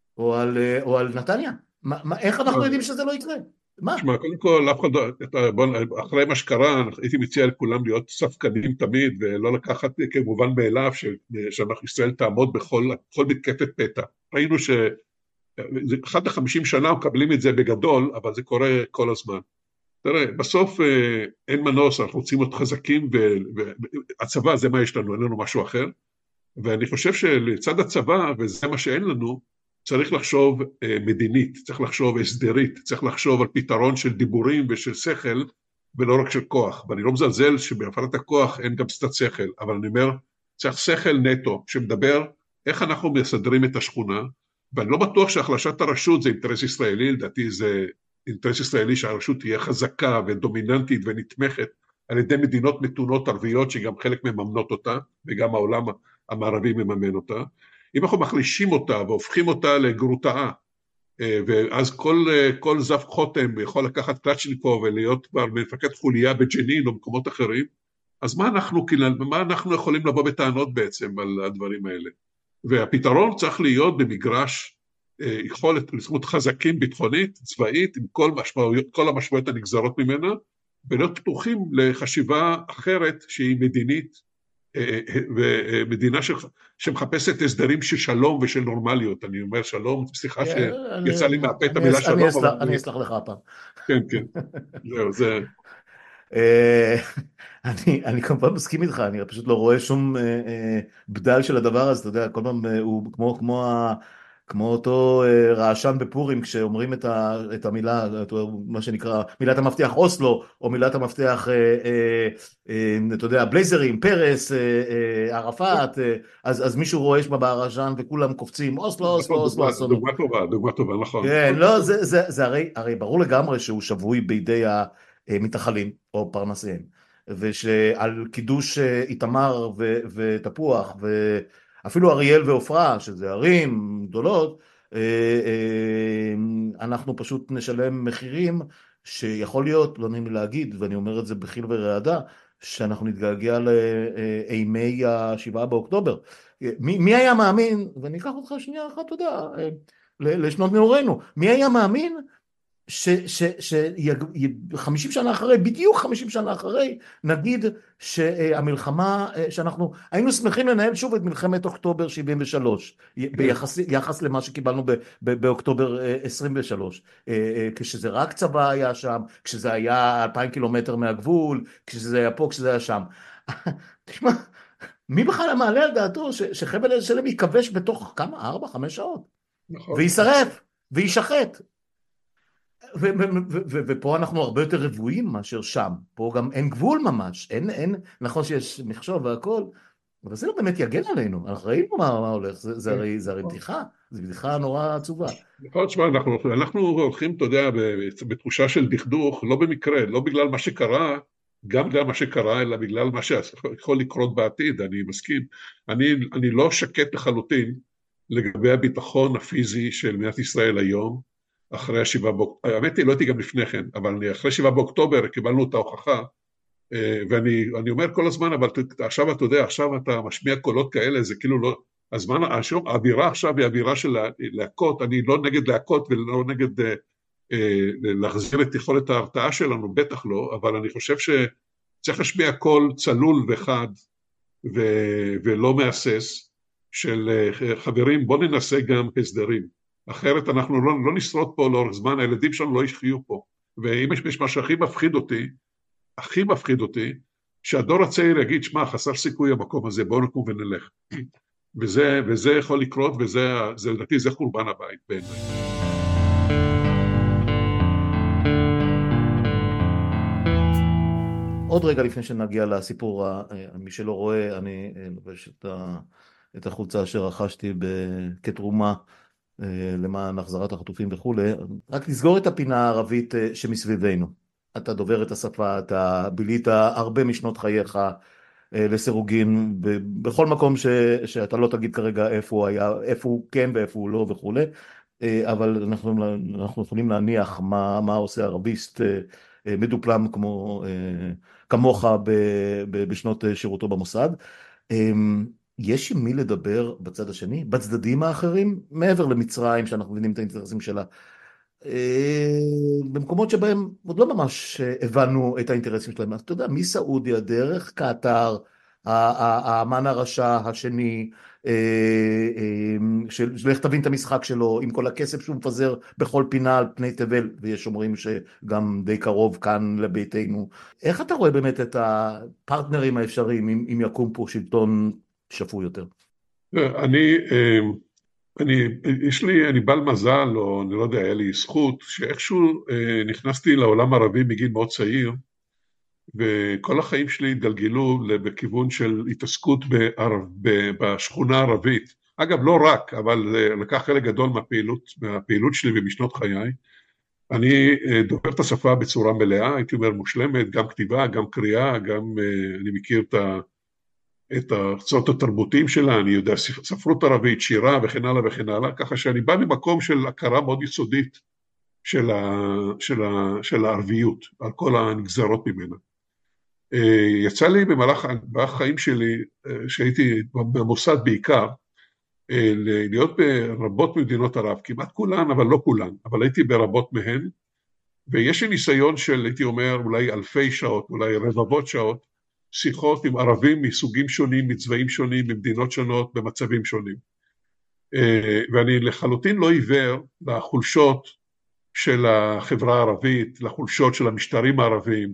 או על נתניה. איך אנחנו יודעים שזה לא יקרה? תשמע, קודם כל, אחרי מה שקרה, הייתי מציע לכולם להיות ספקנים תמיד, ולא לקחת כמובן מאליו שאנחנו ישראל תעמוד בכל מתקפת פתע. ראינו שאחת ל50 שנה מקבלים את זה בגדול, אבל זה קורה כל הזמן. תראה, בסוף אין מנוס, אנחנו רוצים להיות חזקים, והצבא זה מה יש לנו, אין לנו משהו אחר, ואני חושב שלצד הצבא, וזה מה שאין לנו, צריך לחשוב מדינית, צריך לחשוב הסדרית, צריך לחשוב על פתרון של דיבורים ושל שכל, ולא רק של כוח. ואני לא מזלזל שבהפעלת הכוח אין גם סתם שכל, אבל אני אומר, צריך שכל נטו, שמדבר איך אנחנו מסדרים את השכונה, ואני לא בטוח שהחלשת הרשות זה אינטרס ישראלי, לדעתי זה אינטרס ישראלי שהרשות תהיה חזקה ודומיננטית ונתמכת על ידי מדינות מתונות ערביות, שגם חלק מממנות אותה, וגם העולם המערבי מממן אותה. אם אנחנו מחלישים אותה והופכים אותה לגרוטאה, ואז כל זב חותם יכול לקחת קלצ'ניקוב ולהיות כבר מפקד חוליה בג'נין או במקומות אחרים, אז מה אנחנו יכולים לבוא בטענות בעצם על הדברים האלה? והפתרון צריך להיות במגרש יכולת להיות חזקים ביטחונית, צבאית, עם כל המשמעויות הנגזרות ממנה, ולהיות פתוחים לחשיבה אחרת שהיא מדינית, ומדינה שמחפשת הסדרים של שלום ושל נורמליות. אני אומר שלום, סליחה שיצא לי מהפה את המילה שלום. אני אסלח לך הפעם. כן, כן. זהו, זה... אני כמובן מסכים איתך, אני פשוט לא רואה שום בדל של הדבר הזה, אתה יודע, כל פעם הוא כמו אותו רעשן בפורים, כשאומרים את המילה, מה שנקרא, מילת המפתח אוסלו, או מילת המפתח, אתה יודע, בלייזרים, פרס, ערפאת, אז מישהו רועש ברעשן וכולם קופצים, אוסלו, אוסלו, אוסלו, אוסלו. דוגמה טובה, נכון. כן, לא, זה הרי ברור לגמרי שהוא שבוי בידי המתנחלים, או פרנסיהם. ושעל קידוש איתמר ותפוח, ואפילו אריאל ועופרה, שזה ערים גדולות, אנחנו פשוט נשלם מחירים שיכול להיות, לא נעים לי להגיד, ואני אומר את זה בחיל ורעדה, שאנחנו נתגעגע לאימי השבעה באוקטובר. מי היה מאמין, ואני אקח אותך שנייה אחת, אתה יודע, לשנות נעורינו, מי היה מאמין ש50 שנה אחרי, בדיוק 50 שנה אחרי, נגיד שהמלחמה, שאנחנו היינו שמחים לנהל שוב את מלחמת אוקטובר 73, כן, ביחס למה שקיבלנו באוקטובר 23, כשזה רק צבא היה שם, כשזה היה 2,000 קילומטר מהגבול, כשזה היה פה, כשזה היה שם. תשמע, מי בכלל מעלה על דעתו שחבל ארץ שלם ייכבש בתוך כמה? 4-5 שעות? נכון. וישרף, וישחט. ופה אנחנו הרבה יותר רבועים מאשר שם. פה גם אין גבול ממש. נכון שיש מכשול והכל, אבל זה לא באמת יגן עלינו. אנחנו ראינו מה הולך. זה הרי בדיחה. זו בדיחה נורא עצובה. נכון, תשמע, אנחנו הולכים, אתה יודע, בתחושה של דכדוך, לא במקרה, לא בגלל מה שקרה, גם בגלל מה שקרה, אלא בגלל מה שיכול לקרות בעתיד, אני מסכים. אני לא שקט לחלוטין לגבי הביטחון הפיזי של מדינת ישראל היום, אחרי השבעה באוקטובר, האמת היא, לא הייתי גם לפני כן, אבל אחרי 7 באוקטובר קיבלנו את ההוכחה, ואני אומר כל הזמן, אבל עכשיו אתה יודע, עכשיו אתה משמיע קולות כאלה, זה כאילו לא, הזמן, האווירה עכשיו היא אווירה של להקות, אני לא נגד להקות ולא נגד להחזיר את יכולת ההרתעה שלנו, בטח לא, אבל אני חושב שצריך להשמיע קול צלול וחד ולא מהסס של חברים, בוא ננסה גם הסדרים, אחרת אנחנו לא נשרוד פה לאורך זמן, הילדים שלנו לא יחיו פה, ואם יש מה שהכי מפחיד אותי, שהדור הצעיר יגיד, שמע, חסר סיכוי המקום הזה, בואו נקום ונלך. וזה יכול לקרות, לדעתי זה חורבן הבית בעיניי. עוד רגע לפני שנגיע לסיפור, מי שלא רואה, אני לובש את החולצה שרכשתי כתרומה למען החזרת החטופים וכולי. רק לסגור את הפינה הערבית שמסביבנו. אתה דובר את השפה, אתה בילית הרבה משנות חייך לסירוגין, בכל מקום שאתה לא תגיד כרגע איפה הוא היה, איפה הוא כן ואיפה הוא לא וכולי, אבל אנחנו יכולים להניח מה עושה ערביסט מדופלם כמוך בשנות שירותו במוסד. יש עם מי לדבר בצד השני, בצדדים האחרים, מעבר למצרים שאנחנו מבינים את האינטרסים שלה, במקומות שבהם עוד לא ממש הבנו את האינטרסים שלהם. אתה יודע, מסעודיה, דרך קטר, האמן הרשע השני, שלך תבין את המשחק שלו, עם כל הכסף שהוא מפזר בכל פינה על פני תבל, ויש אומרים שגם די קרוב כאן לביתנו. איך אתה רואה באמת את הפרטנרים האפשריים, אם יקום פה שלטון שפוי יותר? אני בעל מזל, או אני לא יודע, היה לי זכות, שאיכשהו נכנסתי לעולם הערבי מגיל מאוד צעיר, וכל החיים שלי התגלגלו בכיוון של התעסקות בשכונה הערבית. אגב, לא רק, אבל לקח חלק גדול מהפעילות שלי ומשנות חיי. אני דובר את השפה בצורה מלאה, הייתי אומר מושלמת, גם כתיבה, גם קריאה, גם אני מכיר את הארצות התרבותיים שלה, אני יודע ספרות ערבית, שירה וכן הלאה וכן הלאה, ככה שאני בא ממקום של הכרה מאוד יסודית של הערביות, על כל הנגזרות ממנה. יצא לי במהלך החיים שלי, שהייתי במוסד בעיקר, להיות ברבות ממדינות ערב, כמעט כולן, אבל לא כולן, אבל הייתי ברבות מהן, ויש לי ניסיון של, הייתי אומר, אולי אלפי שעות, אולי רבבות שעות, שיחות עם ערבים מסוגים שונים, מצבעים שונים, ממדינות שונות, במצבים שונים. ואני לחלוטין לא עיוור לחולשות של החברה הערבית, לחולשות של המשטרים הערביים,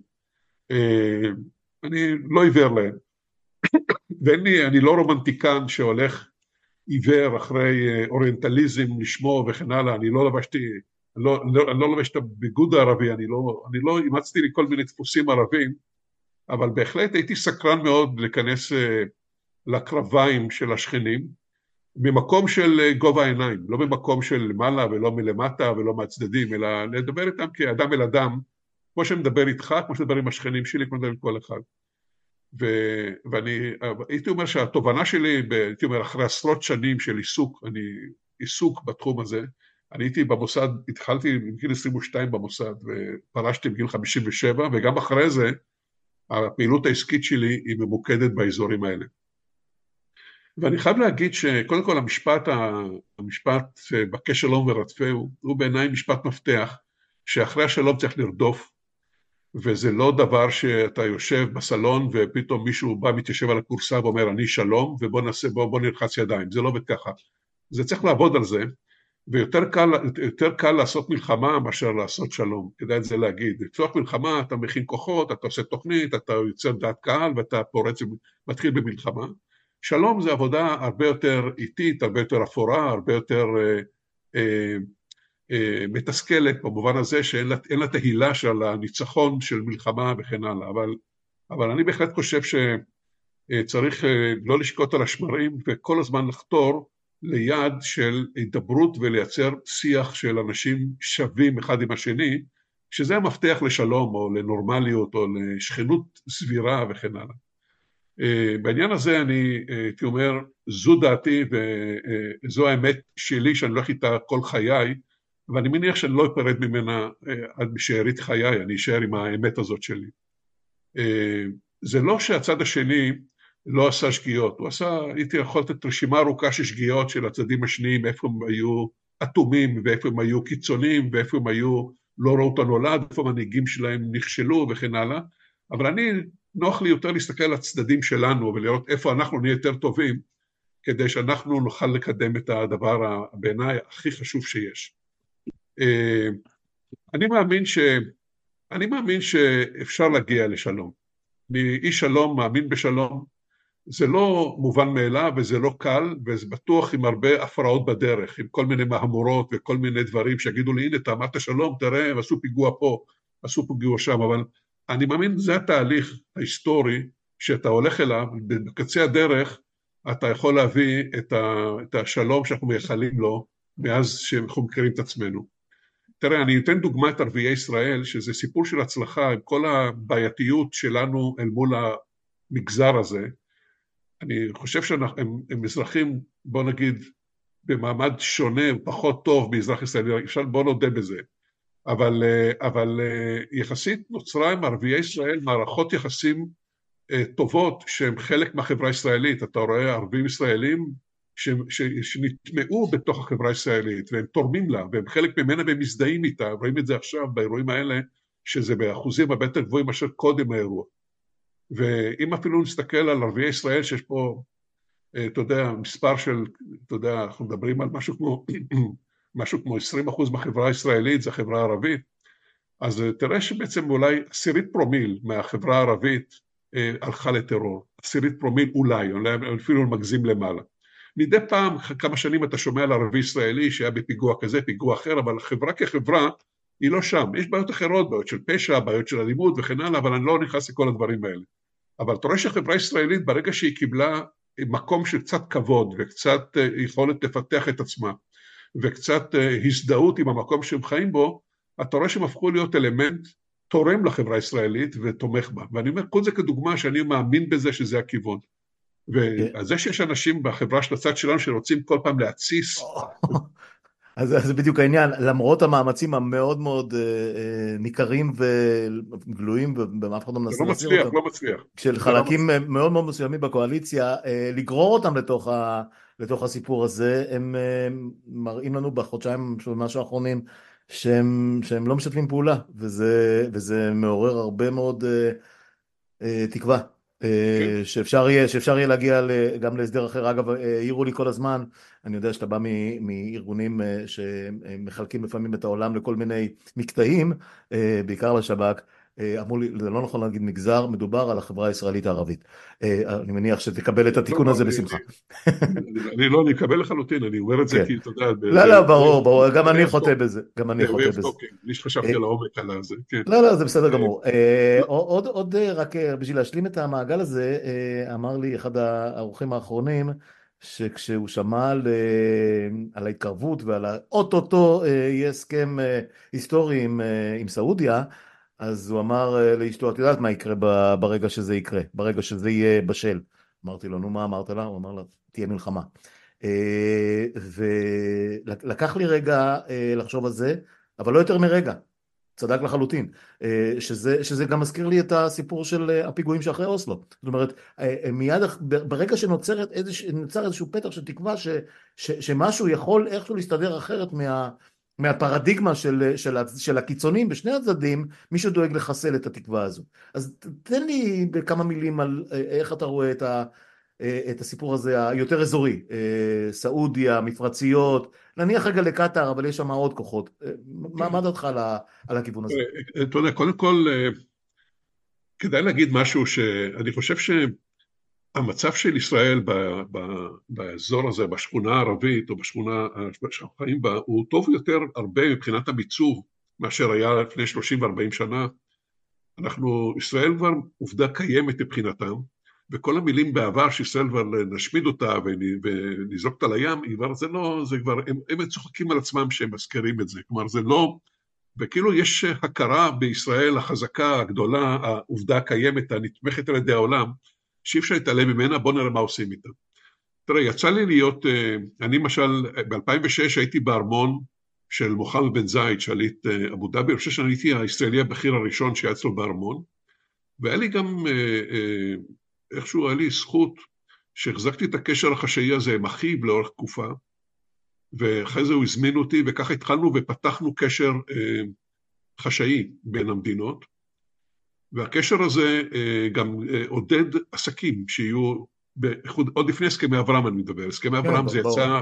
אני לא עיוור להם. ואני לא רומנטיקן שהולך עיוור אחרי אוריינטליזם לשמו וכן הלאה, אני לא לבש את הביגוד הערבי, אני לא אימצתי לי כל מיני דפוסים ערבים, אבל בהחלט הייתי סקרן מאוד להיכנס לקרביים של השכנים, ממקום של גובה העיניים, לא במקום של למעלה ולא מלמטה ולא מהצדדים, אלא לדבר איתם כאדם אל אדם, כמו שמדבר איתך, כמו שמדבר עם השכנים שלי, כמו שמדבר עם כל אחד. ואני הייתי אומר שהתובנה שלי, הייתי אומר, אחרי עשרות שנים של עיסוק בתחום הזה, אני הייתי במוסד, התחלתי בגיל 22 במוסד, ופרשתי בגיל 57, וגם אחרי זה, הפעילות העסקית שלי היא ממוקדת באזורים האלה. ואני חייב להגיד שקודם כל המשפט בקש שלום ורדפהו, הוא בעיניי משפט מפתח, שאחרי השלום צריך לרדוף, וזה לא דבר שאתה יושב בסלון ופתאום מישהו בא מתיישב על הכורסה ואומר אני שלום ובוא נלחץ ידיים, זה לא עובד ככה. זה צריך לעבוד על זה, ויותר קל לעשות מלחמה מאשר לעשות שלום, כדאי את זה להגיד. לפתוח מלחמה, אתה מכין כוחות, אתה עושה תוכנית, אתה יוצר דעת קהל ואתה פורץ ומתחיל במלחמה. שלום זה עבודה הרבה יותר איטית, הרבה יותר אפורה, הרבה יותר מתסכלת במובן הזה שאין לה תהילה של הניצחון של מלחמה וכן הלאה, אבל אני בהחלט חושב שצריך לא לשקוט על השמרים וכל הזמן לחתור ליד של הידברות ולייצר שיח של אנשים שווים אחד עם השני, שזה המפתח לשלום או לנורמליות או לשכנות סבירה וכן הלאה. בעניין הזה אני הייתי אומר, זו דעתי וזו האמת שלי שאני הולך איתה כל חיי, ואני מניח שאני לא אפרד ממנה עד שארית חיי, אני אשאר עם האמת הזאת שלי. זה לא שהצד השני לא עשה שגיאות, הוא עשה, הייתי יכול לתת רשימה ארוכה של שגיאות של הצדדים השניים, איפה הם היו אטומים, ואיפה הם היו קיצוניים, ואיפה הם היו לא ראו את הנולד, איפה המנהיגים שלהם נכשלו וכן הלאה, אבל נוח לי יותר להסתכל על הצדדים שלנו, ולראות איפה אנחנו נהיה יותר טובים, כדי שאנחנו נוכל לקדם את הדבר בעיניי הכי חשוב שיש. אני מאמין שאפשר להגיע לשלום. אני איש שלום, מאמין בשלום. זה לא מובן מאליו וזה לא קל, וזה בטוח עם הרבה הפרעות בדרך, עם כל מיני מהמורות וכל מיני דברים שיגידו לי, הנה, אתה אמרת שלום, תראה, הם עשו פיגוע פה, עשו פיגוע שם, אבל אני מאמין, זה התהליך ההיסטורי שאתה הולך אליו, בקצה הדרך אתה יכול להביא את השלום שאנחנו מייחלים לו, מאז שאנחנו מכירים את עצמנו. תראה, אני אתן דוגמא את ערביי ישראל, שזה סיפור של הצלחה, עם כל הבעייתיות שלנו אל מול המגזר הזה. אני חושב שהם אזרחים, בוא נגיד, במעמד שונה, פחות טוב מאזרח ישראלי, אפשר בוא נודה בזה. אבל יחסית נוצרה עם ערביי ישראל מערכות יחסים טובות שהם חלק מהחברה הישראלית. אתה רואה ערבים ישראלים שנטמעו בתוך החברה הישראלית והם תורמים לה והם חלק ממנה והם מזדהים איתה. רואים את זה עכשיו באירועים האלה שזה באחוזים הרבה יותר גבוהים מאשר קודם האירוע. ואם אפילו נסתכל על ערביי ישראל שיש פה, אתה יודע, מספר של, אתה יודע, אנחנו מדברים על משהו כמו 20% מהחברה הישראלית, זה החברה הערבית, אז תראה שבעצם אולי 10 פרומיל מהחברה הערבית הלכה לטרור, 10 פרומיל אולי אפילו מגזים למעלה. מדי פעם, כמה שנים אתה שומע על ערבי ישראלי שהיה בפיגוע כזה, פיגוע אחר, אבל החברה כחברה היא לא שם. יש בעיות אחרות, בעיות של פשע, בעיות של אלימות וכן הלאה, אבל אני לא נכנס לכל הדברים האלה. אבל אתה רואה שהחברה הישראלית, ברגע שהיא קיבלה מקום של קצת כבוד וקצת יכולת לפתח את עצמה, וקצת הזדהות עם המקום שהם חיים בו, אתה רואה שהם הפכו להיות אלמנט תורם לחברה הישראלית ותומך בה. ואני אומר, כל זה כדוגמה שאני מאמין בזה שזה הכיוון. וזה שיש אנשים בחברה של הצד שלנו שרוצים כל פעם להציס. אז זה בדיוק העניין, למרות המאמצים המאוד מאוד ניכרים וגלויים, ואף אחד לא מנסה להסיר אותם. לא מצליח. של חלקים מאוד מאוד מסוימים בקואליציה, לגרור אותם לתוך הסיפור הזה, הם מראים לנו בחודשיים משהו האחרונים, שהם לא משתפים פעולה, וזה מעורר הרבה מאוד תקווה. שאפשר יהיה להגיע גם להסדר אחר. אגב, העירו לי כל הזמן, אני יודע שאתה בא מארגונים שמחלקים לפעמים את העולם לכל מיני מקטעים, בעיקר לשב"כ, אמרו לי, זה לא נכון להגיד מגזר, מדובר על החברה הישראלית הערבית. אני מניח שתקבל את התיקון הזה בשמחה. אני לא, אני אקבל לחלוטין, אני אומר את זה כי אתה יודע... לא, ברור, גם אני חוטא בזה. בלי שחשבתי על העומק על זה. לא, זה בסדר גמור. עוד רק בשביל להשלים את המעגל הזה, אמר לי אחד האורחים האחרונים, שכשהוא שמע על ההתקרבות ועל האוטוטו יהיה הסכם היסטורי עם סעודיה, אז הוא אמר לאשתו, את יודעת מה יקרה ברגע שזה יקרה, ברגע שזה יהיה בשל. אמרתי לו, נו מה אמרת לה? הוא אמר לה, תהיה מלחמה. ולקח לי רגע לחשוב על זה, אבל לא יותר מרגע. צדק לחלוטין, שזה גם מזכיר לי את הסיפור של הפיגועים שאחרי אוסלו. זאת אומרת, מיד ברגע שנוצר איזשהו פתח של תקווה שמשהו יכול איכשהו להסתדר אחרת מהפרדיגמה של הקיצונים בשני הצדדים, מישהו דואג לחסל את התקווה הזו. אז תן לי בכמה מילים על איך אתה רואה את הסיפור הזה היותר אזורי, סעודיה, מפרציות, נניח רגע לקטר, אבל יש שם עוד כוחות. מה דעתך על הכיוון הזה? אתה יודע, קודם כל, כדאי להגיד משהו שאני חושב שהמצב של ישראל באזור הזה, בשכונה הערבית, או בשכונה שאנחנו חיים בה, הוא טוב יותר הרבה מבחינת המיצוב, מאשר היה לפני 30 ו-40 שנה. ישראל כבר עובדה קיימת מבחינתם, וכל המילים בעבר שישראל כבר נשמיד אותה ונזרוק אותה לים, הם צוחקים על עצמם שהם מזכירים את זה, כלומר זה לא, וכאילו יש הכרה בישראל החזקה, הגדולה, העובדה הקיימת, הנתמכת על ידי העולם, שאי אפשר להתעלם ממנה, בוא נראה מה עושים איתה. תראה, יצא לי להיות, אני למשל, ב-2006 הייתי בארמון של מוחמד בן זייד, שליט אבו דאבי, אני חושב שאני הייתי הישראלי הבכיר הראשון שהיה אצלו בארמון, והיה לי גם, איכשהו היה לי זכות, שהחזקתי את הקשר החשאי הזה עם אחיו לאורך תקופה, ואחרי זה הוא הזמין אותי, וככה התחלנו ופתחנו קשר חשאי בין המדינות, והקשר הזה גם עודד עסקים שיהיו, עוד לפני הסכמי אברהם אני מדבר, הסכמי אברהם זה יצא,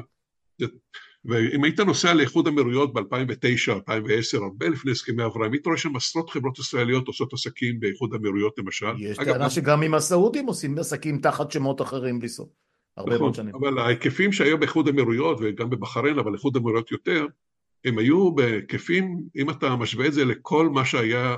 ואם היית נוסע לאיחוד אמירויות ב-2009, 2010, הרבה לפני הסכמי אברהם, היית רואה שם עשרות חברות ישראליות עושות עסקים באיחוד אמירויות למשל. יש טענה שגם עם הסעודים עושים עסקים תחת שמות אחרים בלי סוף. הרבה מאוד שנים. אבל ההיקפים שהיו באיחוד אמירויות וגם בבחריין, אבל איחוד אמירויות יותר, הם היו בהיקפים, אם אתה משווה את זה לכל מה שהיה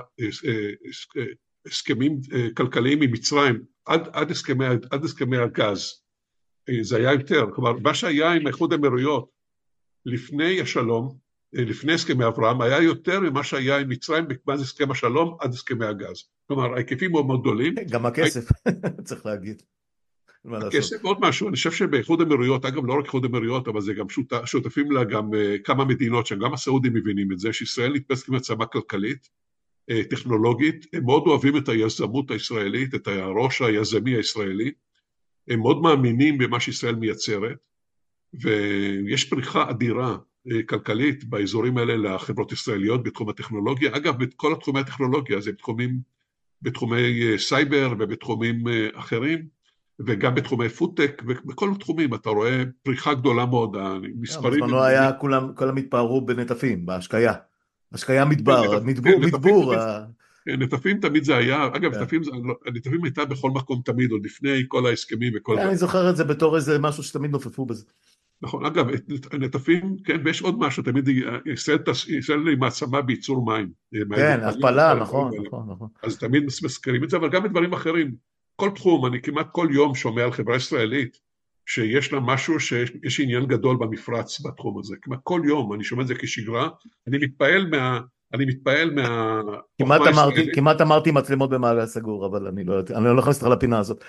הסכמים כלכליים עם מצרים, עד הסכמי הגז, זה היה יותר. כלומר, מה שהיה עם איחוד אמירויות לפני השלום, לפני הסכמי אברהם, היה יותר ממה שהיה עם מצרים מאז הסכם השלום עד הסכמי הגז. כלומר, ההיקפים מאוד מאוד גדולים. גם הכסף, צריך להגיד. הכסף עוד משהו, אני חושב שבאיחוד אמירויות, אגב לא רק איחוד אמירויות, אבל זה גם שותפים לה גם כמה מדינות, שגם הסעודים מבינים את זה, שישראל נתפסת כמעצמה כלכלית, טכנולוגית, הם מאוד אוהבים את היזמות הישראלית, את הראש היזמי הישראלי, הם מאוד מאמינים במה שישראל מייצרת, ויש פריחה אדירה כלכלית באזורים האלה לחברות ישראליות בתחום הטכנולוגיה, אגב בכל התחומי הטכנולוגיה, זה בתחומי סייבר ובתחומים אחרים, וגם בתחומי פודטק, ובכל התחומים אתה רואה פריחה גדולה מאוד, המספרים... בזמנו היה כולם התפארו בנטפים, בהשקיה. השקיה מדבר, מדבור. נטפים תמיד זה היה, אגב, נטפים הייתה בכל מקום תמיד, עוד לפני כל ההסכמים וכל... אני זוכר את זה בתור איזה משהו שתמיד נופפו בזה. נכון, אגב, נטפים, כן, ויש עוד משהו, תמיד ישראל היא מעצמה בייצור מים. כן, הפלה, נכון. אז תמיד מזכירים את זה, אבל גם בדברים אחרים. כל תחום, אני כמעט כל יום שומע על חברה ישראלית, שיש לה משהו, שיש עניין גדול במפרץ בתחום הזה. כמעט כל יום, אני שומע את זה כשגרה, אני מתפעל מה... כמעט אמרתי מצלמות במעגל סגור, אבל אני לא נכנס לך לפינה הזאת.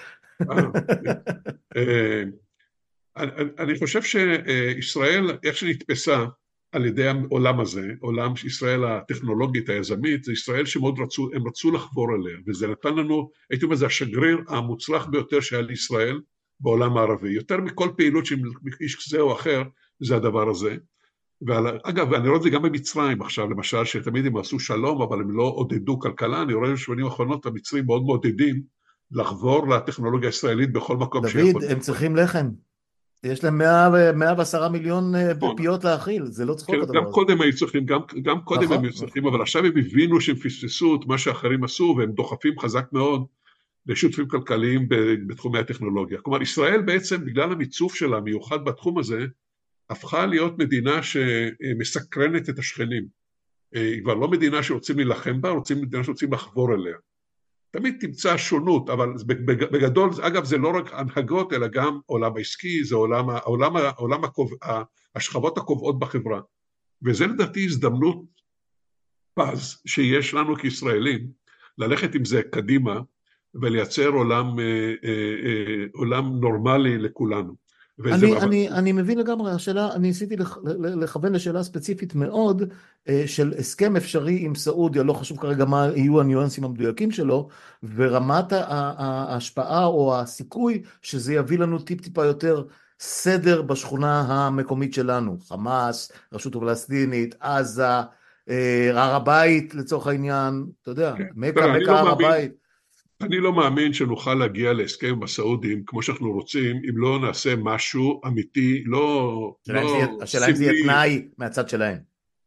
אני חושב שישראל, איך שנתפסה על ידי העולם הזה, עולם ישראל הטכנולוגית היזמית, זה ישראל שמאוד רצו לחבור אליה, וזה נתן לנו, הייתי אומר, זה השגריר המוצלח ביותר שהיה לישראל בעולם הערבי, יותר מכל פעילות של איש כזה או אחר, זה הדבר הזה. אגב, אני רואה את זה גם במצרים עכשיו, למשל, שתמיד הם עשו שלום, אבל הם לא עודדו כלכלה, אני רואה בשנים האחרונות, המצרים מאוד מעודדים לחבור לטכנולוגיה הישראלית בכל מקום שיכול. דוד, הם צריכים לחם. יש להם 110 מיליון פיות להאכיל, זה לא צחוק הדבר הזה. גם קודם היו צריכים, גם קודם הם צריכים, אבל עכשיו הם הבינו שהם פספסו את מה שאחרים עשו, והם דוחפים חזק מאוד לשותפים כלכליים בתחומי הטכנולוגיה. כלומר, ישראל בעצם, בגלל המיצוף שלה, מיוחד בתחום הזה, הפכה להיות מדינה שמסקרנת את השכנים. היא כבר לא מדינה שרוצים להילחם בה, מדינה שרוצים לחבור אליה. תמיד תמצא שונות, אבל בגדול, אגב, זה לא רק הנהגות, אלא גם עולם העסקי, זה השכבות הקובעות בחברה. וזה לדעתי הזדמנות פז שיש לנו כישראלים ללכת עם זה קדימה ולייצר עולם נורמלי לכולנו. וזה, אבל אני מבין לגמרי, השאלה, אני ניסיתי לכוון לשאלה ספציפית מאוד של הסכם אפשרי עם סעודיה, לא חשוב כרגע מה יהיו הניואנסים המדויקים שלו, ורמת ההשפעה או הסיכוי שזה יביא לנו טיפה יותר סדר בשכונה המקומית שלנו, חמאס, רשות הפלסטינית, עזה, הר הבית לצורך העניין, אתה יודע, כן. מכה, תראה, הר הבית. אני לא מאמין שנוכל להגיע להסכם עם הסעודים כמו שאנחנו רוצים, אם לא נעשה משהו אמיתי, לא השאלה אם זה יהיה סמלי. תנאי מהצד שלהם.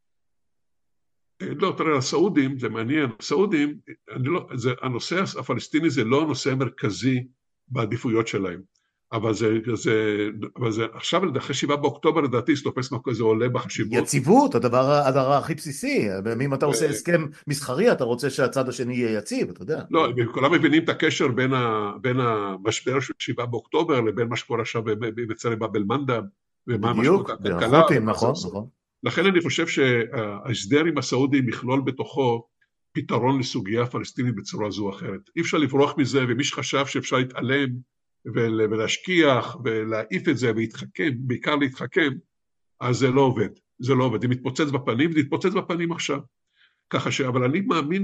לא, תראה, הסעודים, זה מעניין, הסעודים, הנושא הפלסטיני זה לא הנושא המרכזי בעדיפויות שלהם, אבל זה עכשיו, אחרי 7 באוקטובר, לדעתי, זה תופס מקום, זה עולה בחשיבות. יציבות, הדבר הכי בסיסי. אם אתה עושה הסכם מסחרי, אתה רוצה שהצד השני יהיה יציב, אתה יודע. לא, כולם מבינים את הקשר בין המשבר של 7 באוקטובר לבין מה שקורה עכשיו בצלם באב אל-מנדב, ומה משמעות בדיוק, הכלכלה החות'ים, ומה זה נכון, עושה. נכון. לכן אני חושב שההסדר עם הסעודים יכלול בתוכו פתרון לסוגיה הפלסטינית בצורה זו או אחרת. אי אפשר לברוח מזה, ומי שחשב שאפשר להתעלם ולהשכיח ולהעיף את זה ולהתחכם, בעיקר להתחכם, אז זה לא עובד. זה לא עובד. זה מתפוצץ בפנים, זה מתפוצץ בפנים עכשיו. ככה אבל אני מאמין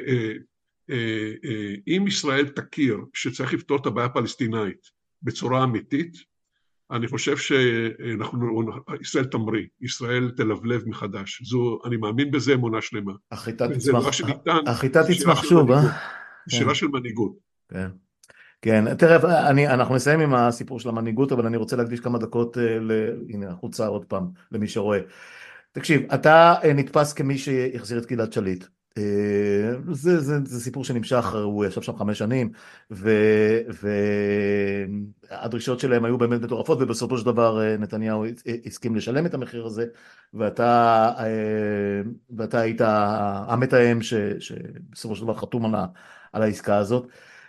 שאם ישראל תכיר שצריך לפתור את הבעיה הפלסטינאית בצורה אמיתית, אני חושב שישראל תמריא, ישראל תלבלב מחדש. אני מאמין בזה אמונה שלמה. וזה דבר שניתן, החיטה זה שאלה תצמח של שוב, מנהיגות. זה כן, שאלה של מנהיגות. כן. כן, תראה, אנחנו נסיים עם הסיפור של המנהיגות, אבל אני רוצה להקדיש כמה דקות, הנה, החוצה עוד פעם, למי שרואה. תקשיב, אתה נתפס כמי שהחזיר את גלעד שליט. זה סיפור שנמשך, הוא ישב שם 5 שנים, והדרישות שלהם היו באמת מטורפות, ובסופו של דבר נתניהו הסכים לשלם את המחיר הזה, ואתה היית המתאם שבסופו של דבר חתום על העסקה הזאת.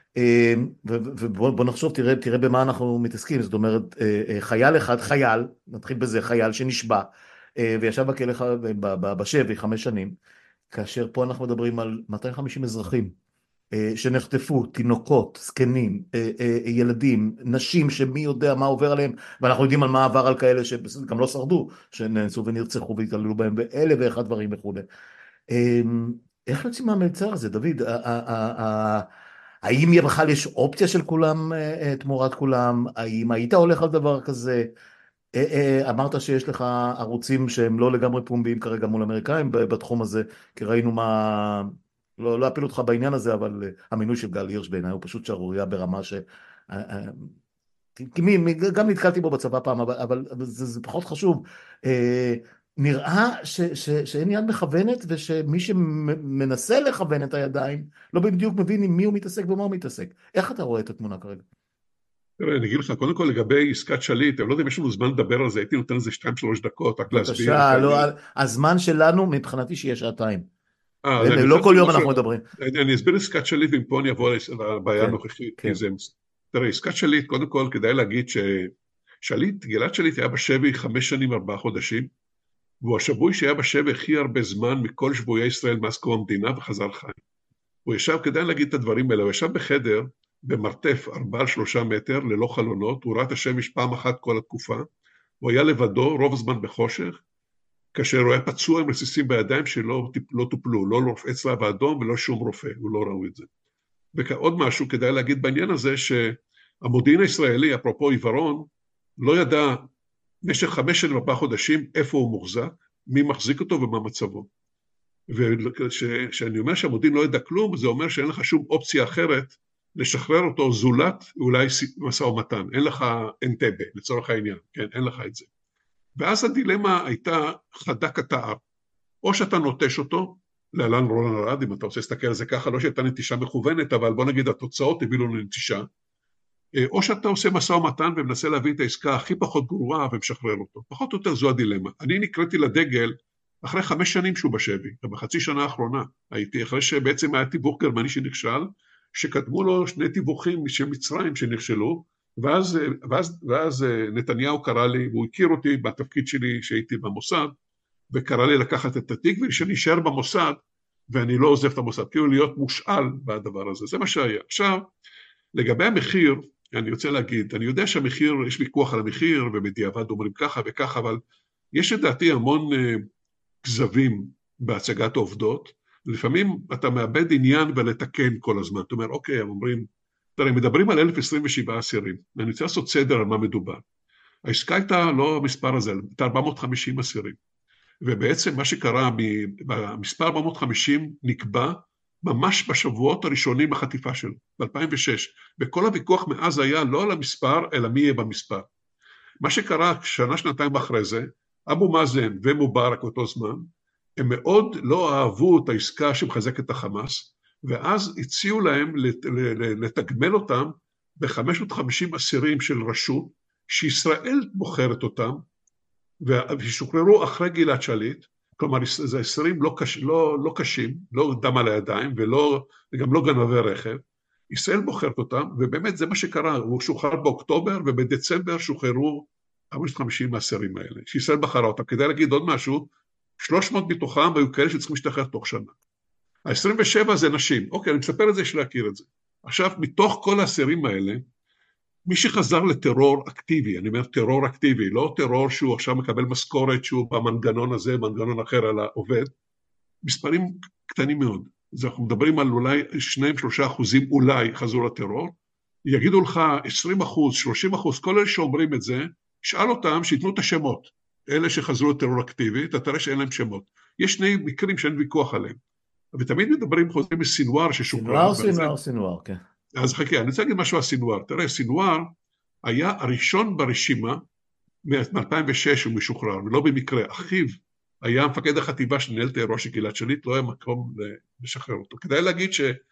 ובוא נחשוב, תראה במה אנחנו מתעסקים. זאת אומרת, חייל, נתחיל בזה, חייל שנשבע, וישב בכלא בשבי 5 שנים, כאשר פה אנחנו מדברים על 250 אזרחים שנחטפו, תינוקות, זקנים, ילדים, נשים שמי יודע מה עובר עליהם, ואנחנו יודעים על מה עבר על כאלה שגם לא שרדו, שנאנסו ונרצחו והתעללו בהם באלף ואחד דברים וכו'. איך יוצאים מהמלצר הזה, דוד? האם בכלל יש אופציה של כולם תמורת כולם? האם היית הולך על דבר כזה? אמרת שיש לך ערוצים שהם לא לגמרי פומביים כרגע מול אמריקאים בתחום הזה, כי ראינו מה, לא אפיל אותך בעניין הזה, אבל המינוי של גל הירש בעיניי הוא פשוט שערוריה ברמה גם נתקלתי בו בצבא פעם, אבל זה פחות חשוב. נראה שאין יד מכוונת, ושמי שמנסה לכוון את הידיים לא בדיוק מבין עם מי הוא מתעסק ומה הוא מתעסק. איך אתה רואה את התמונה כרגע? אני אגיד לך, קודם כל לגבי עסקת שליט, אני לא יודע אם יש לנו זמן לדבר על זה, הייתי נותן לזה 2-3 דקות, רק להסביר את בבקשה, לא, העניין. הזמן שלנו מבחינתי שיהיה 2 שעות. אז אני לא חושב כל יום אנחנו מדברים. אני אסביר עסקת שליט, ומפה אני אבוא לבעיה כן, הנוכחית. כן. תראה, עסקת שליט, קודם כל כדאי להגיד גלעד שליט היה בשבי 5 שנים 4 חודשים, והוא השבוי שהיה בשבי הכי הרבה זמן מכל שבויי ישראל מאז קום המדינה וחזר חי. הוא ישב, כדאי להגיד את הדברים האלה, הוא ישב בחדר, במרתף 4-3 מטר, ללא חלונות, הוא ראה את השמש פעם אחת כל התקופה, הוא היה לבדו רוב הזמן בחושך, כאשר הוא היה פצוע עם רסיסים בידיים שלא טופלו, לא רופאי צלב האדום ולא שום רופא, הוא לא ראו את זה. ועוד משהו כדאי להגיד בעניין הזה, שהמודיעין הישראלי, אפרופו עיוורון, לא ידע במשך 5 שנים 4 חודשים איפה הוא מוחזק, מי מחזיק אותו ומה מצבו. וכשאני אומר שהמודיעין לא ידע כלום, זה אומר שאין לך שום אופציה אחרת לשחרר אותו זולת אולי משא ומתן, אין לך אנטבה לצורך העניין, כן, אין לך את זה. ואז הדילמה הייתה חדה כתער, או שאתה נוטש אותו, להלן רולנד ארד, אם אתה רוצה להסתכל על זה ככה, לא שהייתה נטישה מכוונת, אבל בוא נגיד התוצאות הביאו לנו נטישה, או שאתה עושה משא ומתן ומנסה להביא את העסקה הכי פחות גרועה ומשחרר אותו, פחות או יותר זו הדילמה. אני נקראתי לדגל אחרי 5 שנים שהוא בשבי, בחצי שנה האחרונה הייתי, אחרי שבעצם היה תיווך גרמני שנכשל, שקדמו לו 2 תיווכים של מצרים שנכשלו, ואז נתניהו קרא לי, והוא הכיר אותי בתפקיד שלי שהייתי במוסד, וקרא לי לקחת את התיק, ושנשאר במוסד ואני לא עוזב את המוסד, כאילו להיות מושאל בדבר הזה, זה מה שהיה. עכשיו, לגבי המחיר, אני רוצה להגיד, אני יודע שהמחיר, יש ויכוח על המחיר, ובדיעבד אומרים ככה וככה, אבל יש לדעתי המון כזבים בהצגת העובדות, לפעמים אתה מאבד עניין ולתקן כל הזמן, אתה אומר, אוקיי, הם אומרים, תראה, מדברים על 1,027 אסירים, אני רוצה לעשות סדר על מה מדובר. העסקה הייתה לא המספר הזה, הייתה 450 אסירים, ובעצם מה שקרה, במספר 450 נקבע ממש בשבועות הראשונים בחטיפה שלו, ב-2006, וכל הוויכוח מאז היה לא על המספר, אלא מי יהיה במספר. מה שקרה שנה, שנתיים אחרי זה, אבו מאזן ומובארק אותו זמן, הם מאוד לא אהבו את העסקה שמחזקת את החמאס, ואז הציעו להם לתגמל אותם ב-550 אסירים של רשות, שישראל בוחרת אותם, ושוחררו אחרי גלעד שליט, כלומר זה אסירים לא קשים, לא דם על הידיים, וגם לא גנבי רכב, ישראל בוחרת אותם, ובאמת זה מה שקרה, הוא שוחרר באוקטובר, ובדצמבר שוחררו 550 מהאסירים האלה, שישראל בחרה אותם. כדאי להגיד עוד משהו, 300 מתוכם היו כאלה שצריכים להשתחרר תוך שנה. ה-27 זה נשים, אוקיי, אני מספר את זה יש להכיר את זה. עכשיו, מתוך כל האסירים האלה, מי שחזר לטרור אקטיבי, אני אומר טרור אקטיבי, לא טרור שהוא עכשיו מקבל משכורת שהוא במנגנון הזה, מנגנון אחר על העובד, מספרים קטנים מאוד. אז אנחנו מדברים על אולי 2-3% אולי חזרו לטרור, יגידו לך 20%, 30%, כל אלה שאומרים את זה, שאל אותם שיתנו את השמות, אלה שחזרו לטרור אקטיבי, אתה תראה שאין להם שמות. יש שני מקרים שאין ויכוח עליהם, ותמיד מדברים חוזרים מסינואר ששוחרר. סינואר, כן. אז חכה, אני רוצה להגיד משהו על סינואר. תראה, סינואר היה הראשון ברשימה מ-2006 הוא משוחרר, ולא במקרה. אחיו היה מפקד החטיבה שניהל את האירוע של גלעד שליט, לא היה מקום לשחרר אותו. כדאי להגיד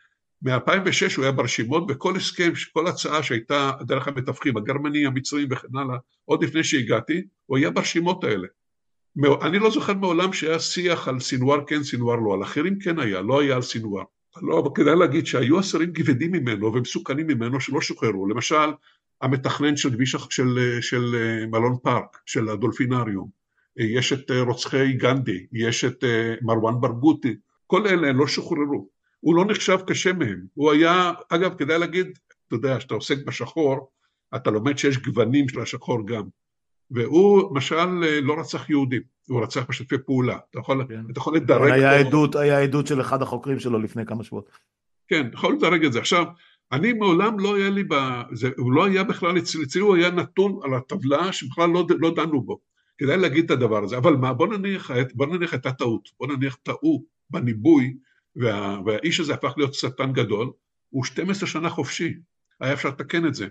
שמ-2006 הוא היה ברשימות, וכל הסכם, כל הצעה שהייתה דרך המתווכים, הגרמני, המצרים וכן הלאה, עוד לפני שהגעתי, הוא היה ברשימות האלה. אני לא זוכר מעולם שהיה שיח על סינואר כן, סינואר לא, על אחרים כן היה, לא היה על סינואר. לא, אבל כדאי להגיד שהיו אסירים כבדים ממנו ומסוכנים ממנו שלא שוחררו, למשל המתכנן של כביש של מלון פארק, של הדולפינריום, יש את רוצחי גנדי, יש את מרואן ברגותי, כל אלה לא שוחררו, הוא לא נחשב קשה מהם, הוא היה, אגב כדאי להגיד, אתה יודע, שאתה עוסק בשחור, אתה לומד שיש גוונים של השחור גם, והוא למשל לא רצח יהודים, הוא רצח משתפי פעולה, אתה יכול לדרג אותו. היה עדות של אחד החוקרים שלו לפני כמה שבועות. כן, יכול לדרג את זה. עכשיו, אני מעולם לא היה לי, הוא לא היה בכלל אצלי, הוא היה נתון על הטבלה שבכלל לא דנו בו. כדאי להגיד את הדבר הזה, אבל מה, בוא נניח את הטעות, בוא נניח טעו בניבוי, והאיש הזה הפך להיות שטן גדול, הוא 12 שנה חופשי, היה אפשר לתקן את זה.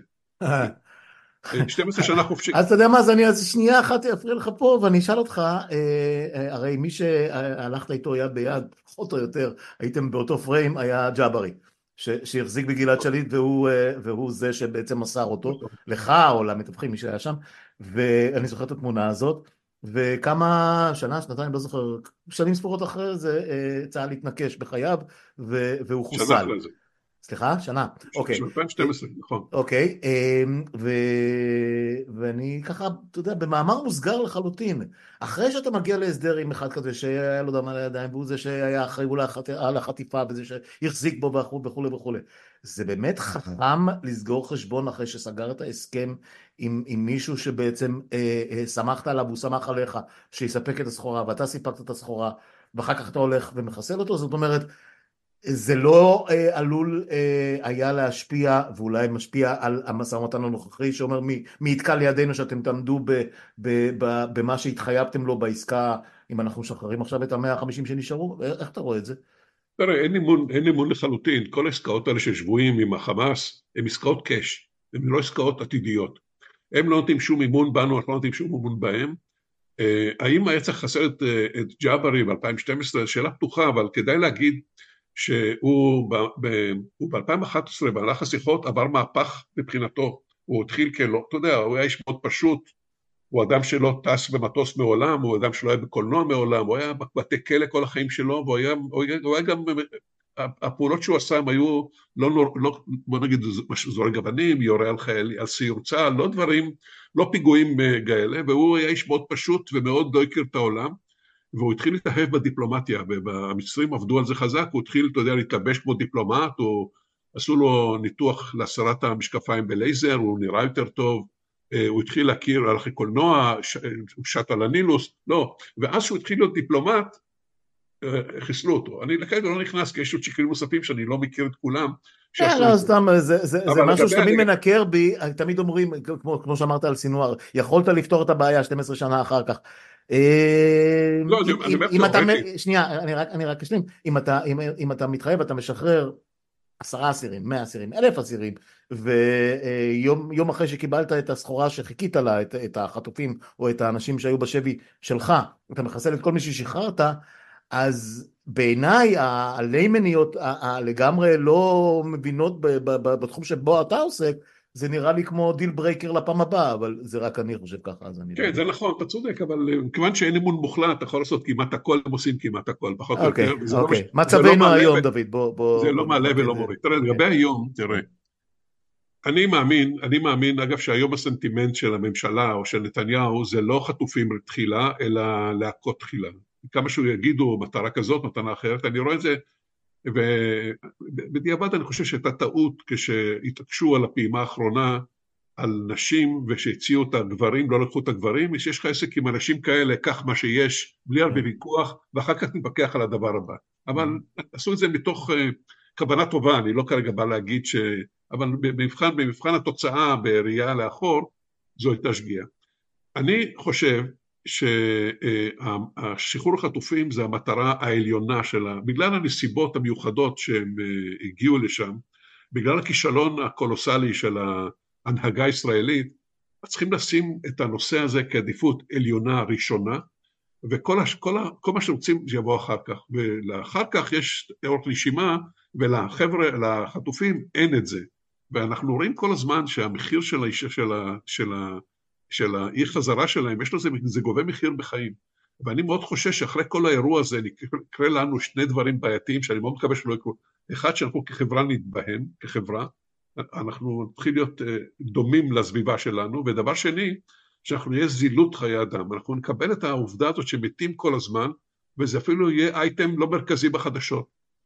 12 שנה חופשי. אז אתה יודע מה, אז שנייה אחת אפריע לך פה, ואני אשאל אותך, הרי מי שהלכת איתו יד ביד, פחות או יותר, הייתם באותו פריים, היה ג'אברי, שהחזיק בגלעד שליט, והוא זה שבעצם מסר אותו, לך או למתווכים, מי שהיה שם, ואני זוכר את התמונה הזאת, וכמה שנה, שנתיים, לא זוכר, שנים ספורות אחרי זה, צה"ל התנקש בחייו, והוא חוסל. שנה אחרי זה. סליחה? שנה? אוקיי. 2012, נכון. אוקיי, ואני ככה, אתה יודע, במאמר מוסגר לחלוטין, אחרי שאתה מגיע להסדר עם אחד כזה שהיה לו דם על הידיים, והוא זה שהיה אחראי על החטיפה, וזה שהחזיק בו וכו' וכו'. זה באמת חכם לסגור חשבון אחרי שסגר את ההסכם עם מישהו שבעצם שמחת עליו, הוא שמח עליך, שיספק את הסחורה, ואתה סיפקת את הסחורה, ואחר כך אתה הולך ומחסל אותו, זאת אומרת, זה לא עלול היה להשפיע, ואולי משפיע על המשא ומתן הנוכחי, שאומר מי יתקע לידינו שאתם תעמדו במה שהתחייבתם לו בעסקה, אם אנחנו שחררים עכשיו את ה-150 שנשארו, איך אתה רואה את זה? תראה, אין אמון לחלוטין, כל העסקאות האלה ששבויים עם החמאס, הן עסקאות קש, הן לא עסקאות עתידיות. הם לא נותנים שום אמון בנו, אנחנו לא נותנים שום אמון בהם. האם היה צריך לחסל את ג'אברי ב-2012? שאלה פתוחה, אבל כדאי להגיד, שהוא ב-2011 במהלך השיחות עבר מהפך מבחינתו, הוא התחיל כלא, אתה יודע, הוא היה איש מאוד פשוט, הוא אדם שלא טס במטוס מעולם, הוא אדם שלא היה בקולנוע מעולם, הוא היה בבתי כלא כל החיים שלו, והוא היה גם, הפעולות שהוא עשה הם היו, בוא נגיד, זורק אבנים, יורה על סיור צה"ל, לא דברים, לא פיגועים כאלה, והוא היה איש מאוד פשוט ומאוד לא הכיר את העולם, והוא התחיל להתאהב בדיפלומטיה, והמצרים עבדו על זה חזק, הוא התחיל, אתה יודע, להתלבש כמו דיפלומט, או עשו לו ניתוח להסרת המשקפיים בלייזר, הוא נראה יותר טוב, הוא התחיל להכיר הלכי קולנוע, הוא שט על הנילוס, לא, ואז שהוא התחיל להיות דיפלומט, חיסלו אותו. אני לכאלה לא נכנס, כי יש עוד שיקולים נוספים שאני לא מכיר את כולם, שעשו לא, את זה. סתם, זה משהו שתמיד מנקר בי, תמיד אומרים, כמו שאמרת על סינואר, יכולת לפתור את הבעיה 12 שנה אחר כך. לא, אני אומר תיאורטי. שנייה, אני רק אשלים, אם אתה מתחייב, אתה משחרר 10 אסירים, 100 אסירים, 1,000 אסירים, ויום אחרי שקיבלת את הסחורה שחיכית לה, את החטופים, או את האנשים שהיו בשבי שלך, אתה מחסל את כל מי ששחררת, אז בעיניי הליימניות לגמרי לא מבינות בתחום שבו אתה עוסק, זה נראה לי כמו דיל ברייקר לפעם הבאה, אבל זה רק אני חושב ככה, אז אני... כן, זה נכון, אתה צודק, אבל כיוון שאין אמון מוחלט, אתה יכול לעשות כמעט הכל, הם עושים כמעט הכל, פחות או יותר. אוקיי, מצבנו היום, דוד, זה לא מעלה ולא מוריד. תראה, לגבי היום, תראה, אני מאמין, אגב, שהיום הסנטימנט של הממשלה או של נתניהו, זה לא חטופים תחילה, אלא להכות תחילה. כמה שהוא יגידו מטרה כזאת, מטרה אחרת, אני רואה את זה, ובדיעבד אני חושב שהייתה טעות כשהתעקשו על הפעימה האחרונה על נשים ושהציעו את הגברים, לא לקחו את הגברים, יש לך עסק עם אנשים כאלה, קח מה שיש, בלי הרבה ויכוח, ואחר כך נתווכח על הדבר הבא. אבל עשו את זה מתוך כוונה טובה, אני לא כרגע בא להגיד אבל במבחן התוצאה בראייה לאחור, זו הייתה שגיאה. אני חושב שהשחרור החטופים זה המטרה העליונה שלה, בגלל הנסיבות המיוחדות שהם הגיעו לשם, בגלל הכישלון הקולוסלי של ההנהגה הישראלית, צריכים לשים את הנושא הזה כעדיפות עליונה ראשונה, וכל מה שרוצים שיבוא אחר כך, ולאחר כך יש אורך נשימה, לחטופים אין את זה, ואנחנו רואים כל הזמן שהמחיר של האי חזרה שלהם, יש לזה, זה גובה מחיר בחיים, ואני מאוד חושש שאחרי כל האירוע הזה, יקרה לנו שני דברים בעייתיים, שאני מאוד מקווה שלא יקרו, אחד שאנחנו כחברה נתבהם, כחברה, אנחנו נתחיל להיות דומים לסביבה שלנו, ודבר שני, שאנחנו נהיה זילות חיי אדם, אנחנו נקבל את העובדה הזאת שמתים כל הזמן, וזה אפילו יהיה אייטם לא מרכזי בחדשות,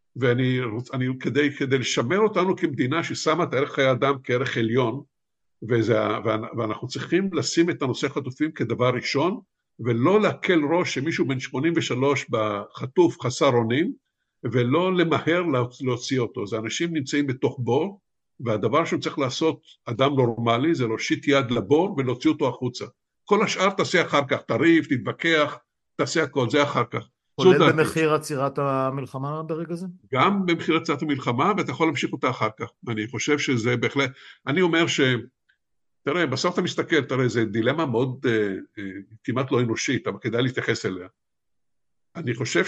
כדי לשמר אותנו כמדינה ששמה את ערך חיי אדם כערך עליון, ואנחנו צריכים לשים את הנושא חטופים כדבר ראשון, ולא להקל ראש שמישהו בן 83 בחטוף חסר אונים, ולא למהר להוציא אותו. זה אנשים נמצאים בתוך בור, והדבר שהוא צריך לעשות אדם נורמלי, זה להושיט יד לבור ולהוציא אותו החוצה. כל השאר תעשה אחר כך, תריב, תתווכח, תעשה הכל, זה אחר כך. כולל במחיר עצירת המלחמה ברגע זה? גם במחיר עצירת המלחמה, ואתה יכול להמשיך אותה אחר כך. אני חושב שזה בהחלט, אני אומר תראה, בסוף אתה מסתכל, תראה, זה דילמה מאוד כמעט לא אנושית, אבל כדאי להתייחס אליה. אני חושב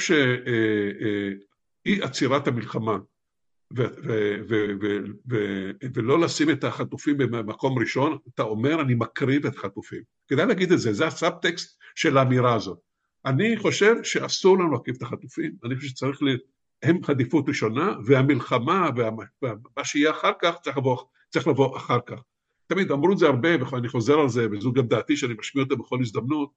שאי עצירת המלחמה, ולא לשים את החטופים במקום ראשון, אתה אומר, אני מקריב את החטופים. כדאי להגיד את זה, זה הסאבטקסט של האמירה הזאת. אני חושב שאסור לנו להקריב את החטופים, אני חושב שצריך הם עדיפות ראשונה, והמלחמה, ומה שיהיה אחר כך, צריך לבוא אחר כך. תמיד אמרו את זה הרבה, ואני חוזר על זה, וזו גם דעתי שאני משמיע אותה בכל הזדמנות,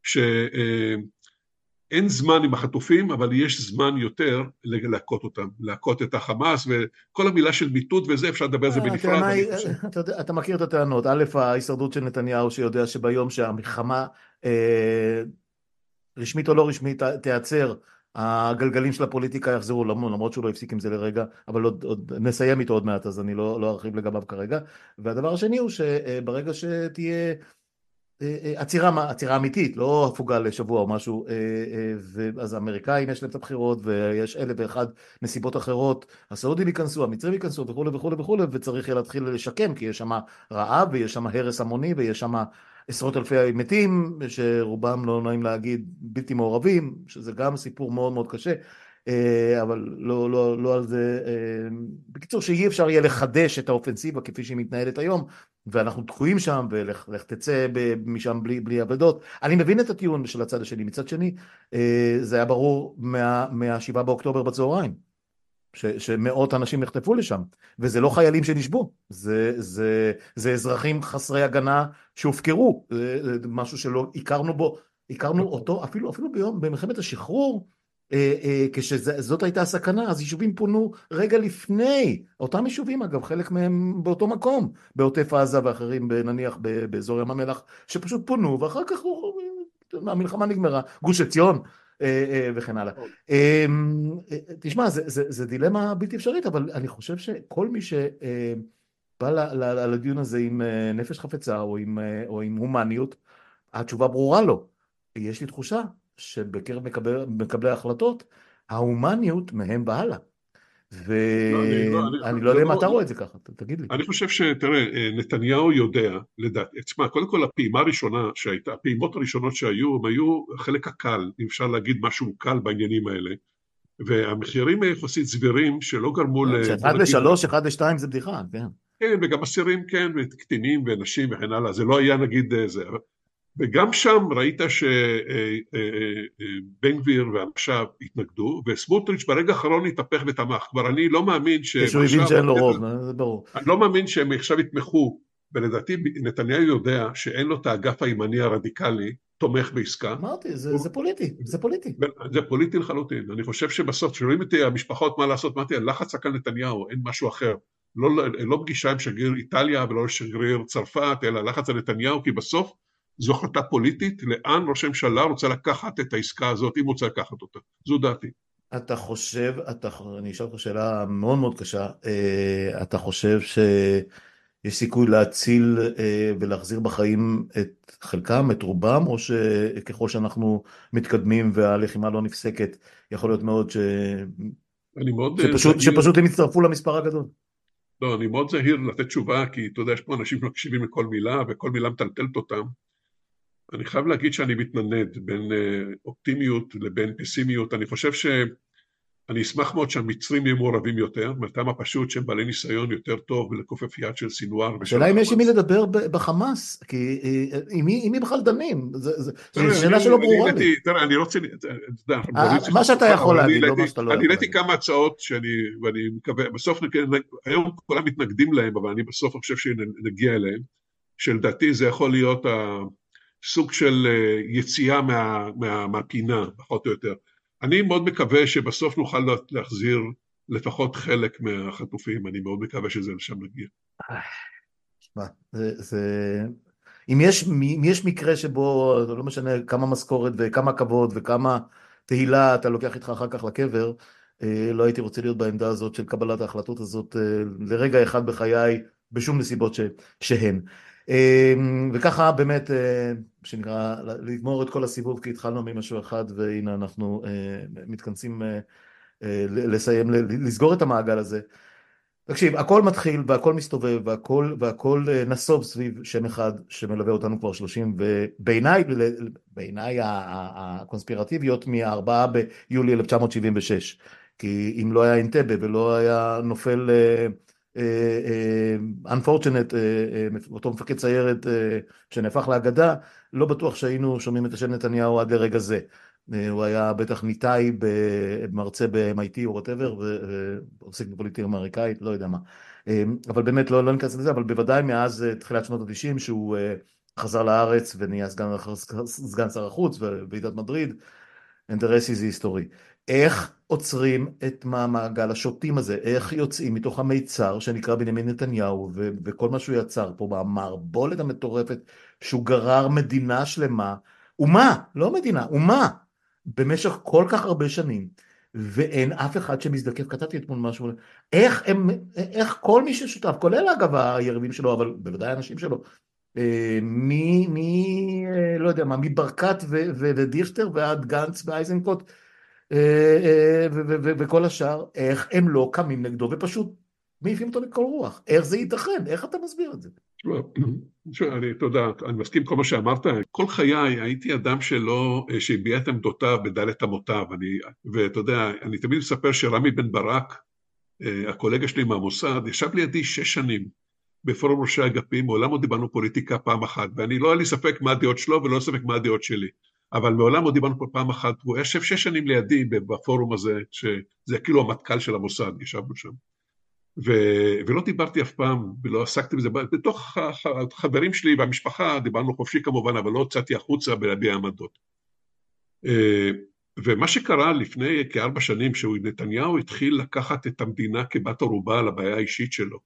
שאין זמן עם החטופים, אבל יש זמן יותר להכות אותם, להכות את החמאס, וכל המילה של מיטוט וזה, אפשר לדבר על זה בנפרד. אתה מכיר את הטענות, א', ההישרדות של נתניהו, שיודע שביום שהמלחמה, רשמית או לא רשמית, תיעצר, הגלגלים של הפוליטיקה יחזרו, למרות שהוא לא הפסיק עם זה לרגע, אבל עוד נסיים איתו עוד מעט, אז אני לא ארחיב לגביו כרגע. והדבר השני הוא שברגע שתהיה עצירה אמיתית, לא הפוגה לשבוע או משהו, אז האמריקאים יש להם את הבחירות, ויש 1,001 נסיבות אחרות, הסעודים ייכנסו, המצרים ייכנסו וכו' וכו' וכו', וצריך להתחיל לשקם, כי יש שם רעב, ויש שם הרס המוני, ויש שם עשרות אלפי מתים, שרובם לא נעים להגיד בלתי מעורבים, שזה גם סיפור מאוד מאוד קשה, אבל לא על זה. בקיצור, שאי אפשר יהיה לחדש את האופנסיבה כפי שהיא מתנהלת היום, ואנחנו תקועים שם, ולך תצא משם בלי עבדות. אני מבין את הטיעון של הצד השני. מצד שני, זה היה ברור מה-7 באוקטובר בצהריים, שמאות אנשים נחטפו לשם, וזה לא חיילים שנשבו, זה אזרחים חסרי הגנה שהופקרו, זה משהו שלא הכרנו בו הכרנו נכון. אותו אפילו ביום, במלחמת השחרור, כשזאת הייתה הסכנה, אז יישובים פונו רגע לפני, אותם יישובים אגב, חלק מהם באותו מקום, בעוטף עזה ואחרים נניח באזור ים המלח, שפשוט פונו, ואחר כך המלחמה נגמרה, גוש עציון וכן הלאה. נכון. תשמע, זה דילמה בלתי אפשרית, אבל אני חושב שכל מי שבא לדיון הזה עם נפש חפצה או עם הומניות, התשובה ברורה לו. יש לי תחושה שבקרב מקבלי ההחלטות, ההומניות מהם והלאה. לא, ואני לא זה יודע אם לא, אתה רואה את זה ככה, תגיד לי. אני חושב שתראה, נתניהו יודע, לדעת, תשמע, קודם כל הפעימה הראשונה שהייתה, הפעימות הראשונות שהיו, הם היו החלק הקל, אם אפשר להגיד משהו קל בעניינים האלה, והמחירים יחסית סבירים שלא גרמו כן, בוא שאחד נגיד, לשלוש, אחד לשתיים זה בדיחה, כן. כן, וגם אסירים כן, וקטינים ונשים וכן הלאה, זה לא היה נגיד זה, וגם שם ראית שבן גביר ואנשיו התנגדו, וסמוטריץ' ברגע האחרון התהפך ותמך. כבר אני לא מאמין שהם כשהוא הבין עכשיו, שאין לו רוב, זה ברור. אני לא מאמין שהם עכשיו יתמכו, ולדעתי נתניהו יודע שאין לו את האגף הימני הרדיקלי תומך בעסקה. אמרתי, זה פוליטי, זה פוליטי. זה פוליטי לחלוטין. אני חושב שבסוף, כשרואים את המשפחות מה לעשות, אמרתי, הלחץ רק על נתניהו, אין משהו אחר. לא פגישה עם שגריר איטליה ולא שגריר צרפת, אלא לחץ על נתניהו, כי בסוף זו החלטה פוליטית, לאן ראש הממשלה רוצה לקחת את העסקה הזאת, אם הוא רוצה לקחת אותה. זו דעתי. אתה חושב, אני אשאל אותך שאלה מאוד מאוד קשה, אתה חושב יש סיכוי להציל ולהחזיר בחיים את חלקם, את רובם, או שככל שאנחנו מתקדמים והלחימה לא נפסקת, יכול להיות מאוד אני מאוד זהיר, שפשוט הם יצטרפו למספר הגדול? לא, אני מאוד זהיר לתת תשובה, כי אתה יודע, יש פה אנשים שמקשיבים לכל מילה, וכל מילה מטלטלת אותם. אני חייב להגיד שאני מתנדנד בין אופטימיות לבין פסימיות. אני חושב אני אשמח מאוד שהמצרים יהיו מעורבים יותר, מהטעם הפשוט שהם בעלי ניסיון יותר טוב ולכופף יד של סינואר ושל השאלה אם יש עם מי החמאס. לדבר בחמאס, כי עם מי בכלל דנים? זו תראה, שאלה שלא ברורה לי. תראה, אני רוצה, אתה יודע, אנחנו מדברים שיחה מה שאתה פתוחה, יכול אבל להגיד, לא מה שאתה לא אני יכול העליתי להגיד. כמה הצעות ואני מקווה, בסוף, היום כולם מתנגדים להם, אבל אני בסוף חושב שנגיע אליהם, שלדעתי זה יכול להיות סוג של יציאה מהפינה, פחות או יותר. אני מאוד מקווה שבסוף נוכל להחזיר לפחות חלק מהחטופים, אני מאוד מקווה שזה לשם נגיע. שמע, אם יש מקרה שבו, לא משנה כמה משכורת וכמה כבוד וכמה תהילה אתה לוקח איתך אחר כך לקבר, לא הייתי רוצה להיות בעמדה הזאת של קבלת ההחלטות הזאת לרגע אחד בחיי, בשום נסיבות שהן. וככה באמת, שנקרא, לגמור את כל הסיבוב, כי התחלנו ממשהו אחד, והנה אנחנו מתכנסים לסיים, לסגור את המעגל הזה. תקשיב, הכל מתחיל והכל מסתובב והכל נסוב סביב שם אחד שמלווה אותנו כבר 30, ובעיניי הקונספירטיביות מ-4 ביולי 1976, כי אם לא היה אינטבה ולא היה נופל unfortunate, אותו מפקד סיירת שנהפך לאגדה, לא בטוח שהיינו שומעים את השם נתניהו עד לרגע זה. הוא היה בטח ניטאי מרצה ב-MIT או whatever, ועוסק בפוליטיקה אמריקאית, לא יודע מה. אבל באמת לא ניכנס לזה, אבל בוודאי מאז תחילת שנות ה-90, שהוא חזר לארץ ונהיה סגן שר החוץ בוועידת מדריד, and the rest is history. איך עוצרים את מעגל השוטים הזה? איך יוצאים מתוך המיצר שנקרא בנימין נתניהו, וכל מה שהוא יצר פה במערבולת המטורפת, שהוא גרר מדינה שלמה, אומה, לא מדינה, אומה, במשך כל כך הרבה שנים, ואין אף אחד שמזדקף. כתבתי אתמול משהו, איך כל מי ששותף, כולל אגב היריבים שלו, אבל בוודאי האנשים שלו, לא יודע מה, מברקת ודיכטר ועד גנץ ואייזנקוט וכל השאר, איך הם לא קמים נגדו ופשוט מעיפים אותו לכל רוח? איך זה ייתכן? איך אתה מסביר את זה? תודה, אני מסכים כל מה שאמרת. כל חיי הייתי אדם שהביע את עמדותיו בדלת אמותיו, ואתה יודע, אני תמיד מספר שרמי בן ברק, הקולגה שלי מהמוסד, ישב לידי 6 שנים בפורום ראשי אגפים, מעולם עוד דיברנו פוליטיקה פעם אחת, ואני לא היה לי ספק מה הדעות שלו ולא ספק מה הדעות שלי, אבל מעולם עוד דיברנו פה פעם אחת, הוא ישב 6 שנים לידי בפורום הזה, שזה כאילו המטכ"ל של המוסד, ישבנו שם. ולא דיברתי אף פעם, ולא עסקתי בזה, בתוך החברים שלי והמשפחה, דיברנו חופשי כמובן, אבל לא הוצאתי החוצה בלהביע עמדות. ומה שקרה לפני כ4 שנים, נתניהו התחיל לקחת את המדינה כבת ערובה לבעיה האישית שלו,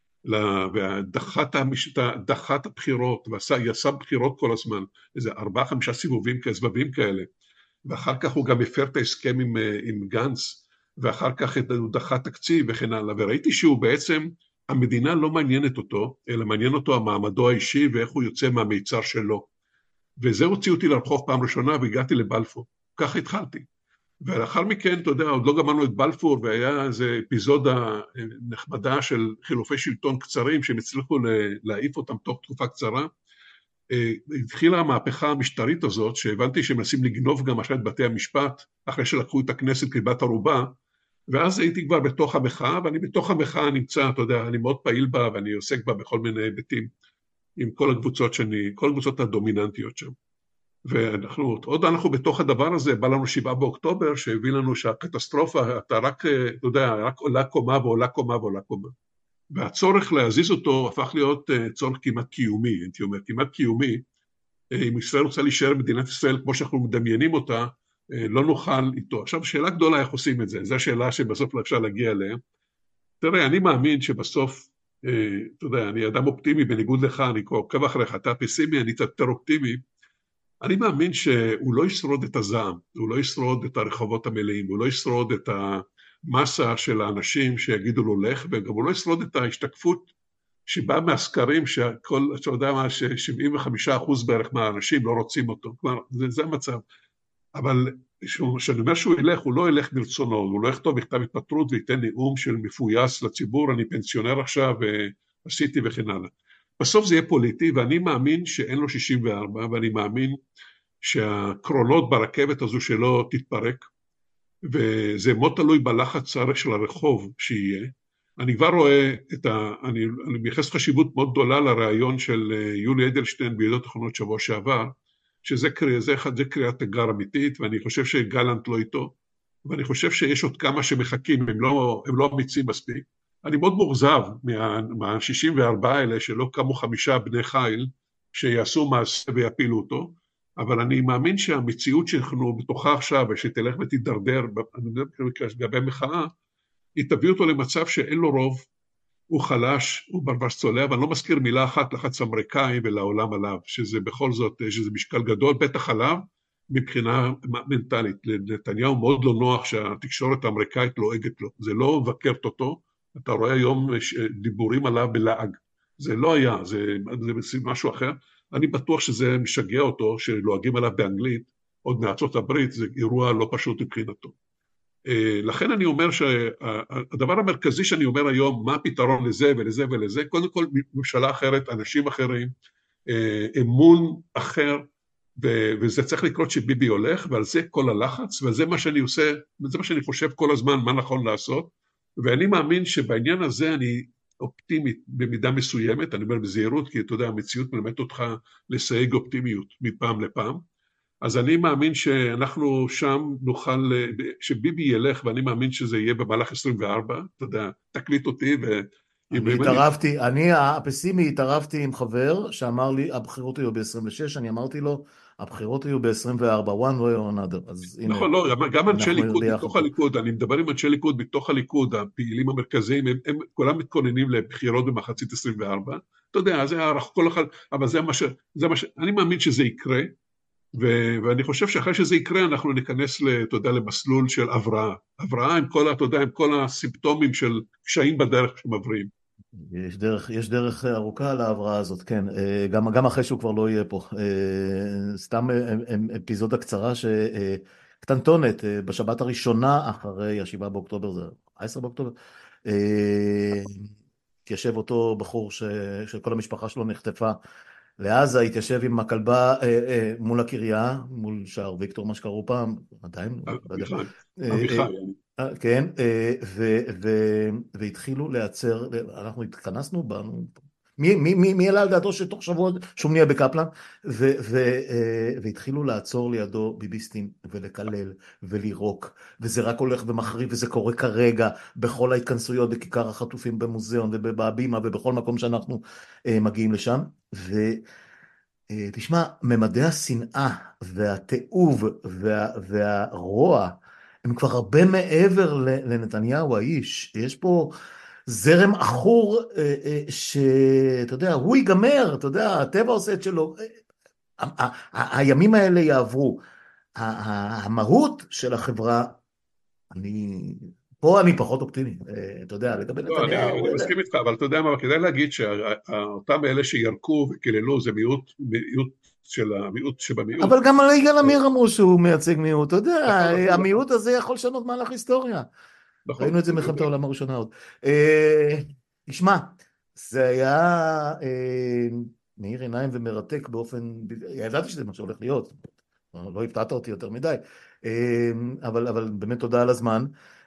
ודחה את הבחירות, ועשה בחירות כל הזמן, איזה 4-5 סבבים כאלה, ואחר כך הוא גם הפר את ההסכם עם גנץ, ואחר כך הוא דחה תקציב וכן הלאה, וראיתי שהוא בעצם, המדינה לא מעניינת אותו, אלא מעניין אותו המעמדו האישי, ואיך הוא יוצא מהמיצר שלו. וזה הוציא אותי לרחוב פעם ראשונה, והגעתי לבלפור. ככה התחלתי. ולאחר מכן, אתה יודע, עוד לא גמרנו את בלפור, והיה איזו אפיזודה נחמדה של חילופי שלטון קצרים, שהם הצליחו להעיף אותם תוך תקופה קצרה. התחילה המהפכה המשטרית הזאת, שהבנתי שהם מנסים לגנוב גם עכשיו את בתי המשפט, אחרי שלקחו את הכנסת כבת ערובה, ואז הייתי כבר בתוך המחאה, ואני בתוך המחאה נמצא, אתה יודע, אני מאוד פעיל בה, ואני עוסק בה בכל מיני היבטים, עם כל הקבוצות כל הקבוצות הדומיננטיות שם. ועוד אנחנו בתוך הדבר הזה, בא לנו 7 באוקטובר, שהביא לנו שהקטסטרופה, אתה יודע, רק עולה קומה ועולה קומה ועולה קומה. והצורך להזיז אותו הפך להיות צורך כמעט קיומי, הייתי אומר, כמעט קיומי. אם ישראל רוצה להישאר במדינת ישראל כמו שאנחנו מדמיינים אותה, לא נוכל איתו. עכשיו, שאלה גדולה איך עושים את זה, זו השאלה שבסוף לא אפשר להגיע אליה. תראה, אני מאמין שבסוף, אתה יודע, אני אדם אופטימי בניגוד לך, אני עוקב אחריך, אתה פסימי, אני יותר אופטימי. אני מאמין שהוא לא ישרוד את הזעם, הוא לא ישרוד את הרחובות המלאים, הוא לא ישרוד את המסה של האנשים שיגידו לו לך, וגם הוא לא ישרוד את ההשתקפות שבאה מהסקרים, שאתה יודע מה, ש75% בערך מהאנשים לא רוצים אותו, כלומר, זה המצב. אבל כשאני אומר שהוא ילך, הוא לא ילך ברצונו, הוא לא יכתוב מכתב התפטרות וייתן נאום של מפויס לציבור, אני פנסיונר עכשיו ועשיתי וכן הלאה. בסוף זה יהיה פוליטי, ואני מאמין שאין לו 64, ואני מאמין שהקרונות ברכבת הזו שלו תתפרק, וזה מאוד תלוי בלחץ של הרחוב שיהיה. אני כבר רואה אני מייחס חשיבות מאוד גדולה לרעיון של יולי אדלשטיין בידיעות אחרונות שבוע שעבר, שזה קריאת תיגר אמיתית, ואני חושב שגלנט לא איתו, ואני חושב שיש עוד כמה שמחכים, הם לא אמיצים מספיק. אני מאוד מורזב מה-64 האלה שלא קמו 5 בני חיל שיעשו מעשה ויפילו אותו, אבל אני מאמין שהמציאות שאנחנו בתוכה עכשיו ושתלך ותדרדר, אני מדבר לגבי מחאה, היא תביא אותו למצב שאין לו רוב, הוא חלש, הוא ברווז צולע, ואני לא מזכיר מילה אחת לחץ אמריקאי ולעולם עליו, שזה בכל זאת, שזה משקל גדול, בטח עליו, מבחינה מנטלית. לנתניהו מאוד לא נוח שהתקשורת האמריקאית לועגת לו, זה לא מבקרת אותו, אתה רואה היום דיבורים עליו בלעג, זה לא היה, זה משהו אחר, אני בטוח שזה משגע אותו, שלועגים עליו באנגלית, עוד מארצות הברית, זה אירוע לא פשוט מבחינתו. לכן אני אומר שהדבר המרכזי שאני אומר היום, מה הפתרון לזה ולזה ולזה, קודם כל ממשלה אחרת, אנשים אחרים, אמון אחר, וזה צריך לקרות שביבי הולך, ועל זה כל הלחץ, וזה מה שאני עושה, וזה מה שאני חושב כל הזמן, מה נכון לעשות, ואני מאמין שבעניין הזה אני אופטימי במידה מסוימת, אני אומר בזהירות, כי אתה יודע, המציאות מלמדת אותך לסייג אופטימיות מפעם לפעם, אז אני מאמין שאנחנו שם נוכל, שביבי ילך, ואני מאמין שזה יהיה במהלך 24, אתה יודע, תקליט אותי אני הפסימי התערבתי עם חבר שאמר לי, הבחירות היו ב-26, אני אמרתי לו, הבחירות היו ב-24, one way or another, אז הנה, נכון, לא, גם אנשי ליכוד מתוך פה. הליכוד, אני מדבר עם אנשי ליכוד מתוך הליכוד, הפעילים המרכזיים, הם כולם מתכוננים לבחירות במחצית 24, אתה יודע, זה כל אחד, אבל זה מה אני מאמין שזה יקרה, ואני חושב שאחרי שזה יקרה, אנחנו ניכנס, אתה יודע, למסלול של הבראה עם כל, אתה יודע, עם כל הסימפטומים של קשיים בדרך שמעברים. יש דרך ארוכה להבראה הזאת, כן, גם אחרי שהוא כבר לא יהיה פה. סתם אפיזודה קצרה קטנטונת, בשבת הראשונה אחרי 7 באוקטובר, זה 10 באוקטובר, התיישב אותו בחור שכל המשפחה שלו נחטפה לעזה, התיישב עם הכלבה מול הקריה, מול שער ויקטור, מה שקראו פעם, עדיין, אביחי. כן, והתחילו לייצר, אנחנו התכנסנו, מי העלה על דעתו שתוך שבוע שום נהיה בקפלן, והתחילו לעצור לידו ביביסטים ולקלל ולירוק, וזה רק הולך ומחריב, וזה קורה כרגע בכל ההתכנסויות, בכיכר החטופים במוזיאון ובהבימה ובכל מקום שאנחנו מגיעים לשם, תשמע, ממדי השנאה והתיעוב והרוע הם כבר הרבה מעבר לנתניהו האיש. יש פה זרם עכור שאתה יודע, הוא ייגמר, אתה יודע, הטבע עושה את שלו. הימים האלה יעברו. המהות של החברה, פה אני פחות אופטימי, אתה יודע, לגבי לא, נתניהו. אני מסכים איתך, אבל אתה יודע מה, כדאי להגיד שאותם אלה שירקו וקיללו זה מיעוט שבמיעוט. אבל גם על יגאל עמיר אמרו שהוא מייצג מיעוט, אתה יודע, נכון, נכון, נכון, המיעוט הזה יכול לשנות מהלך היסטוריה. נכון, ראינו את זה אני במלחמת יודע. העולם הראשונה עוד. אה, תשמע, זה היה מאיר עיניים ומרתק באופן, ידעתי שזה מה שהולך להיות, לא הפתעת אותי יותר מדי, אבל באמת תודה על הזמן,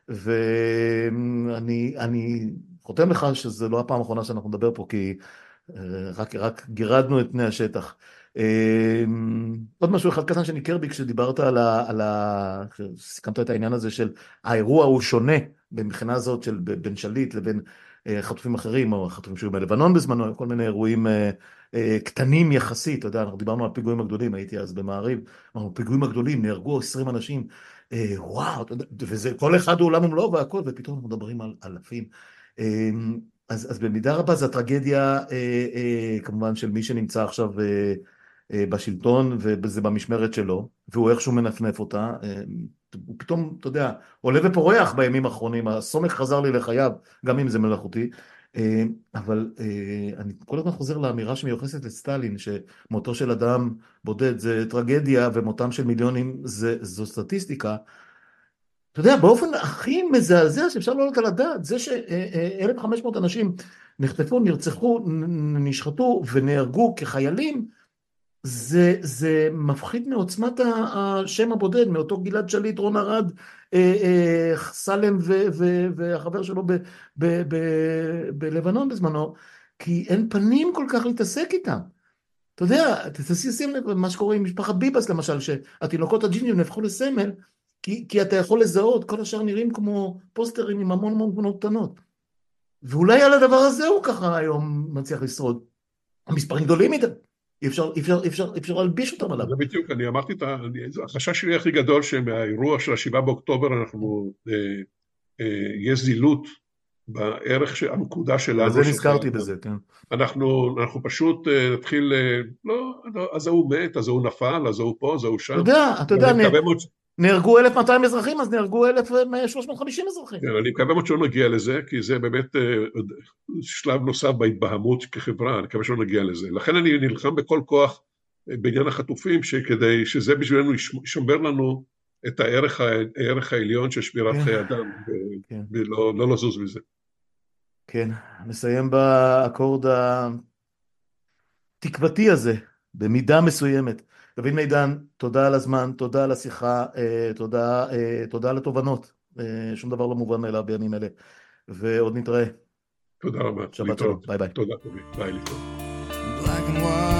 ואני חותם לך שזה לא הפעם האחרונה שאנחנו נדבר פה, כי רק גירדנו את פני השטח. עוד משהו אחד קטן שניכר בי כשדיברת סיכמת את העניין הזה של האירוע הוא שונה מבחינה הזאת של בין שליט לבין חטופים אחרים, או חטופים שהיו בלבנון בזמנו, כל מיני אירועים קטנים יחסית, אתה יודע, אנחנו דיברנו על פיגועים הגדולים, הייתי אז במעריב, אמרנו, פיגועים הגדולים, נהרגו 20 אנשים, וואו, אתה יודע, וזה כל אחד הוא עולם ומלואו והכל, ופתאום אנחנו מדברים על אלפים. אז במידה רבה זו הטרגדיה כמובן של מי שנמצא עכשיו בשלטון וזה במשמרת שלו, והוא איכשהו מנפנף אותה, הוא פתאום, אתה יודע, עולה ופורח בימים האחרונים, הסומק חזר לי לחייו, גם אם זה מלאכותי, אבל אני כל הזמן חוזר לאמירה שמיוחסת לסטלין, שמותו של אדם בודד זה טרגדיה ומותם של מיליונים זו סטטיסטיקה. אתה יודע, באופן הכי מזעזע שאפשר לא על הדעת, זה ש1,500 אנשים נחטפו, נרצחו, נשחטו ונהרגו כחיילים, זה מפחית מעוצמת השם הבודד, מאותו גלעד שליט, רון ארד, סלם והחבר שלו בלבנון בזמנו, כי אין פנים כל כך להתעסק איתם. אתה יודע, תשים לב מה שקורה עם משפחת ביבס למשל, שהתינוקות הג'ינג'ים נהפכו לסמל, כי אתה יכול לזהות, כל השאר נראים כמו פוסטרים עם המון המון תמונות קטנות. ואולי על הדבר הזה הוא ככה היום מצליח לשרוד. המספרים גדולים מדי. אי אפשר להלביש אותם עליו. זה בדיוק, אני אמרתי, החשש שלי הכי גדול שמהאירוע של ה7 באוקטובר יש זילות בערך המקודש שלנו. וזה נזכרתי בזה, כן. אנחנו פשוט נתחיל, לא, אז הוא מת, אז הוא נפל, אז הוא פה, אז הוא שם. אתה יודע, נהרגו 1,200 אזרחים, אז נהרגו 1,350 אזרחים. אני מקווה מאוד שלא נגיע לזה, כי זה באמת שלב נוסף בהתבהמות כחברה, אני מקווה שלא נגיע לזה. לכן אני נלחם בכל כוח בעניין החטופים, כדי שזה בשבילנו ישמר לנו את הערך העליון של שמירת חיי אדם, ולא לזוז מזה. כן, נסיים באקורד התקוותי הזה, במידה מסוימת. דוד מידן, תודה על הזמן, תודה על השיחה, תודה על התובנות. שום דבר לא מובן מאליו בימים אלה. ועוד נתראה. תודה רבה. שבת שלום, ביי ביי. תודה, ביי, להתראות.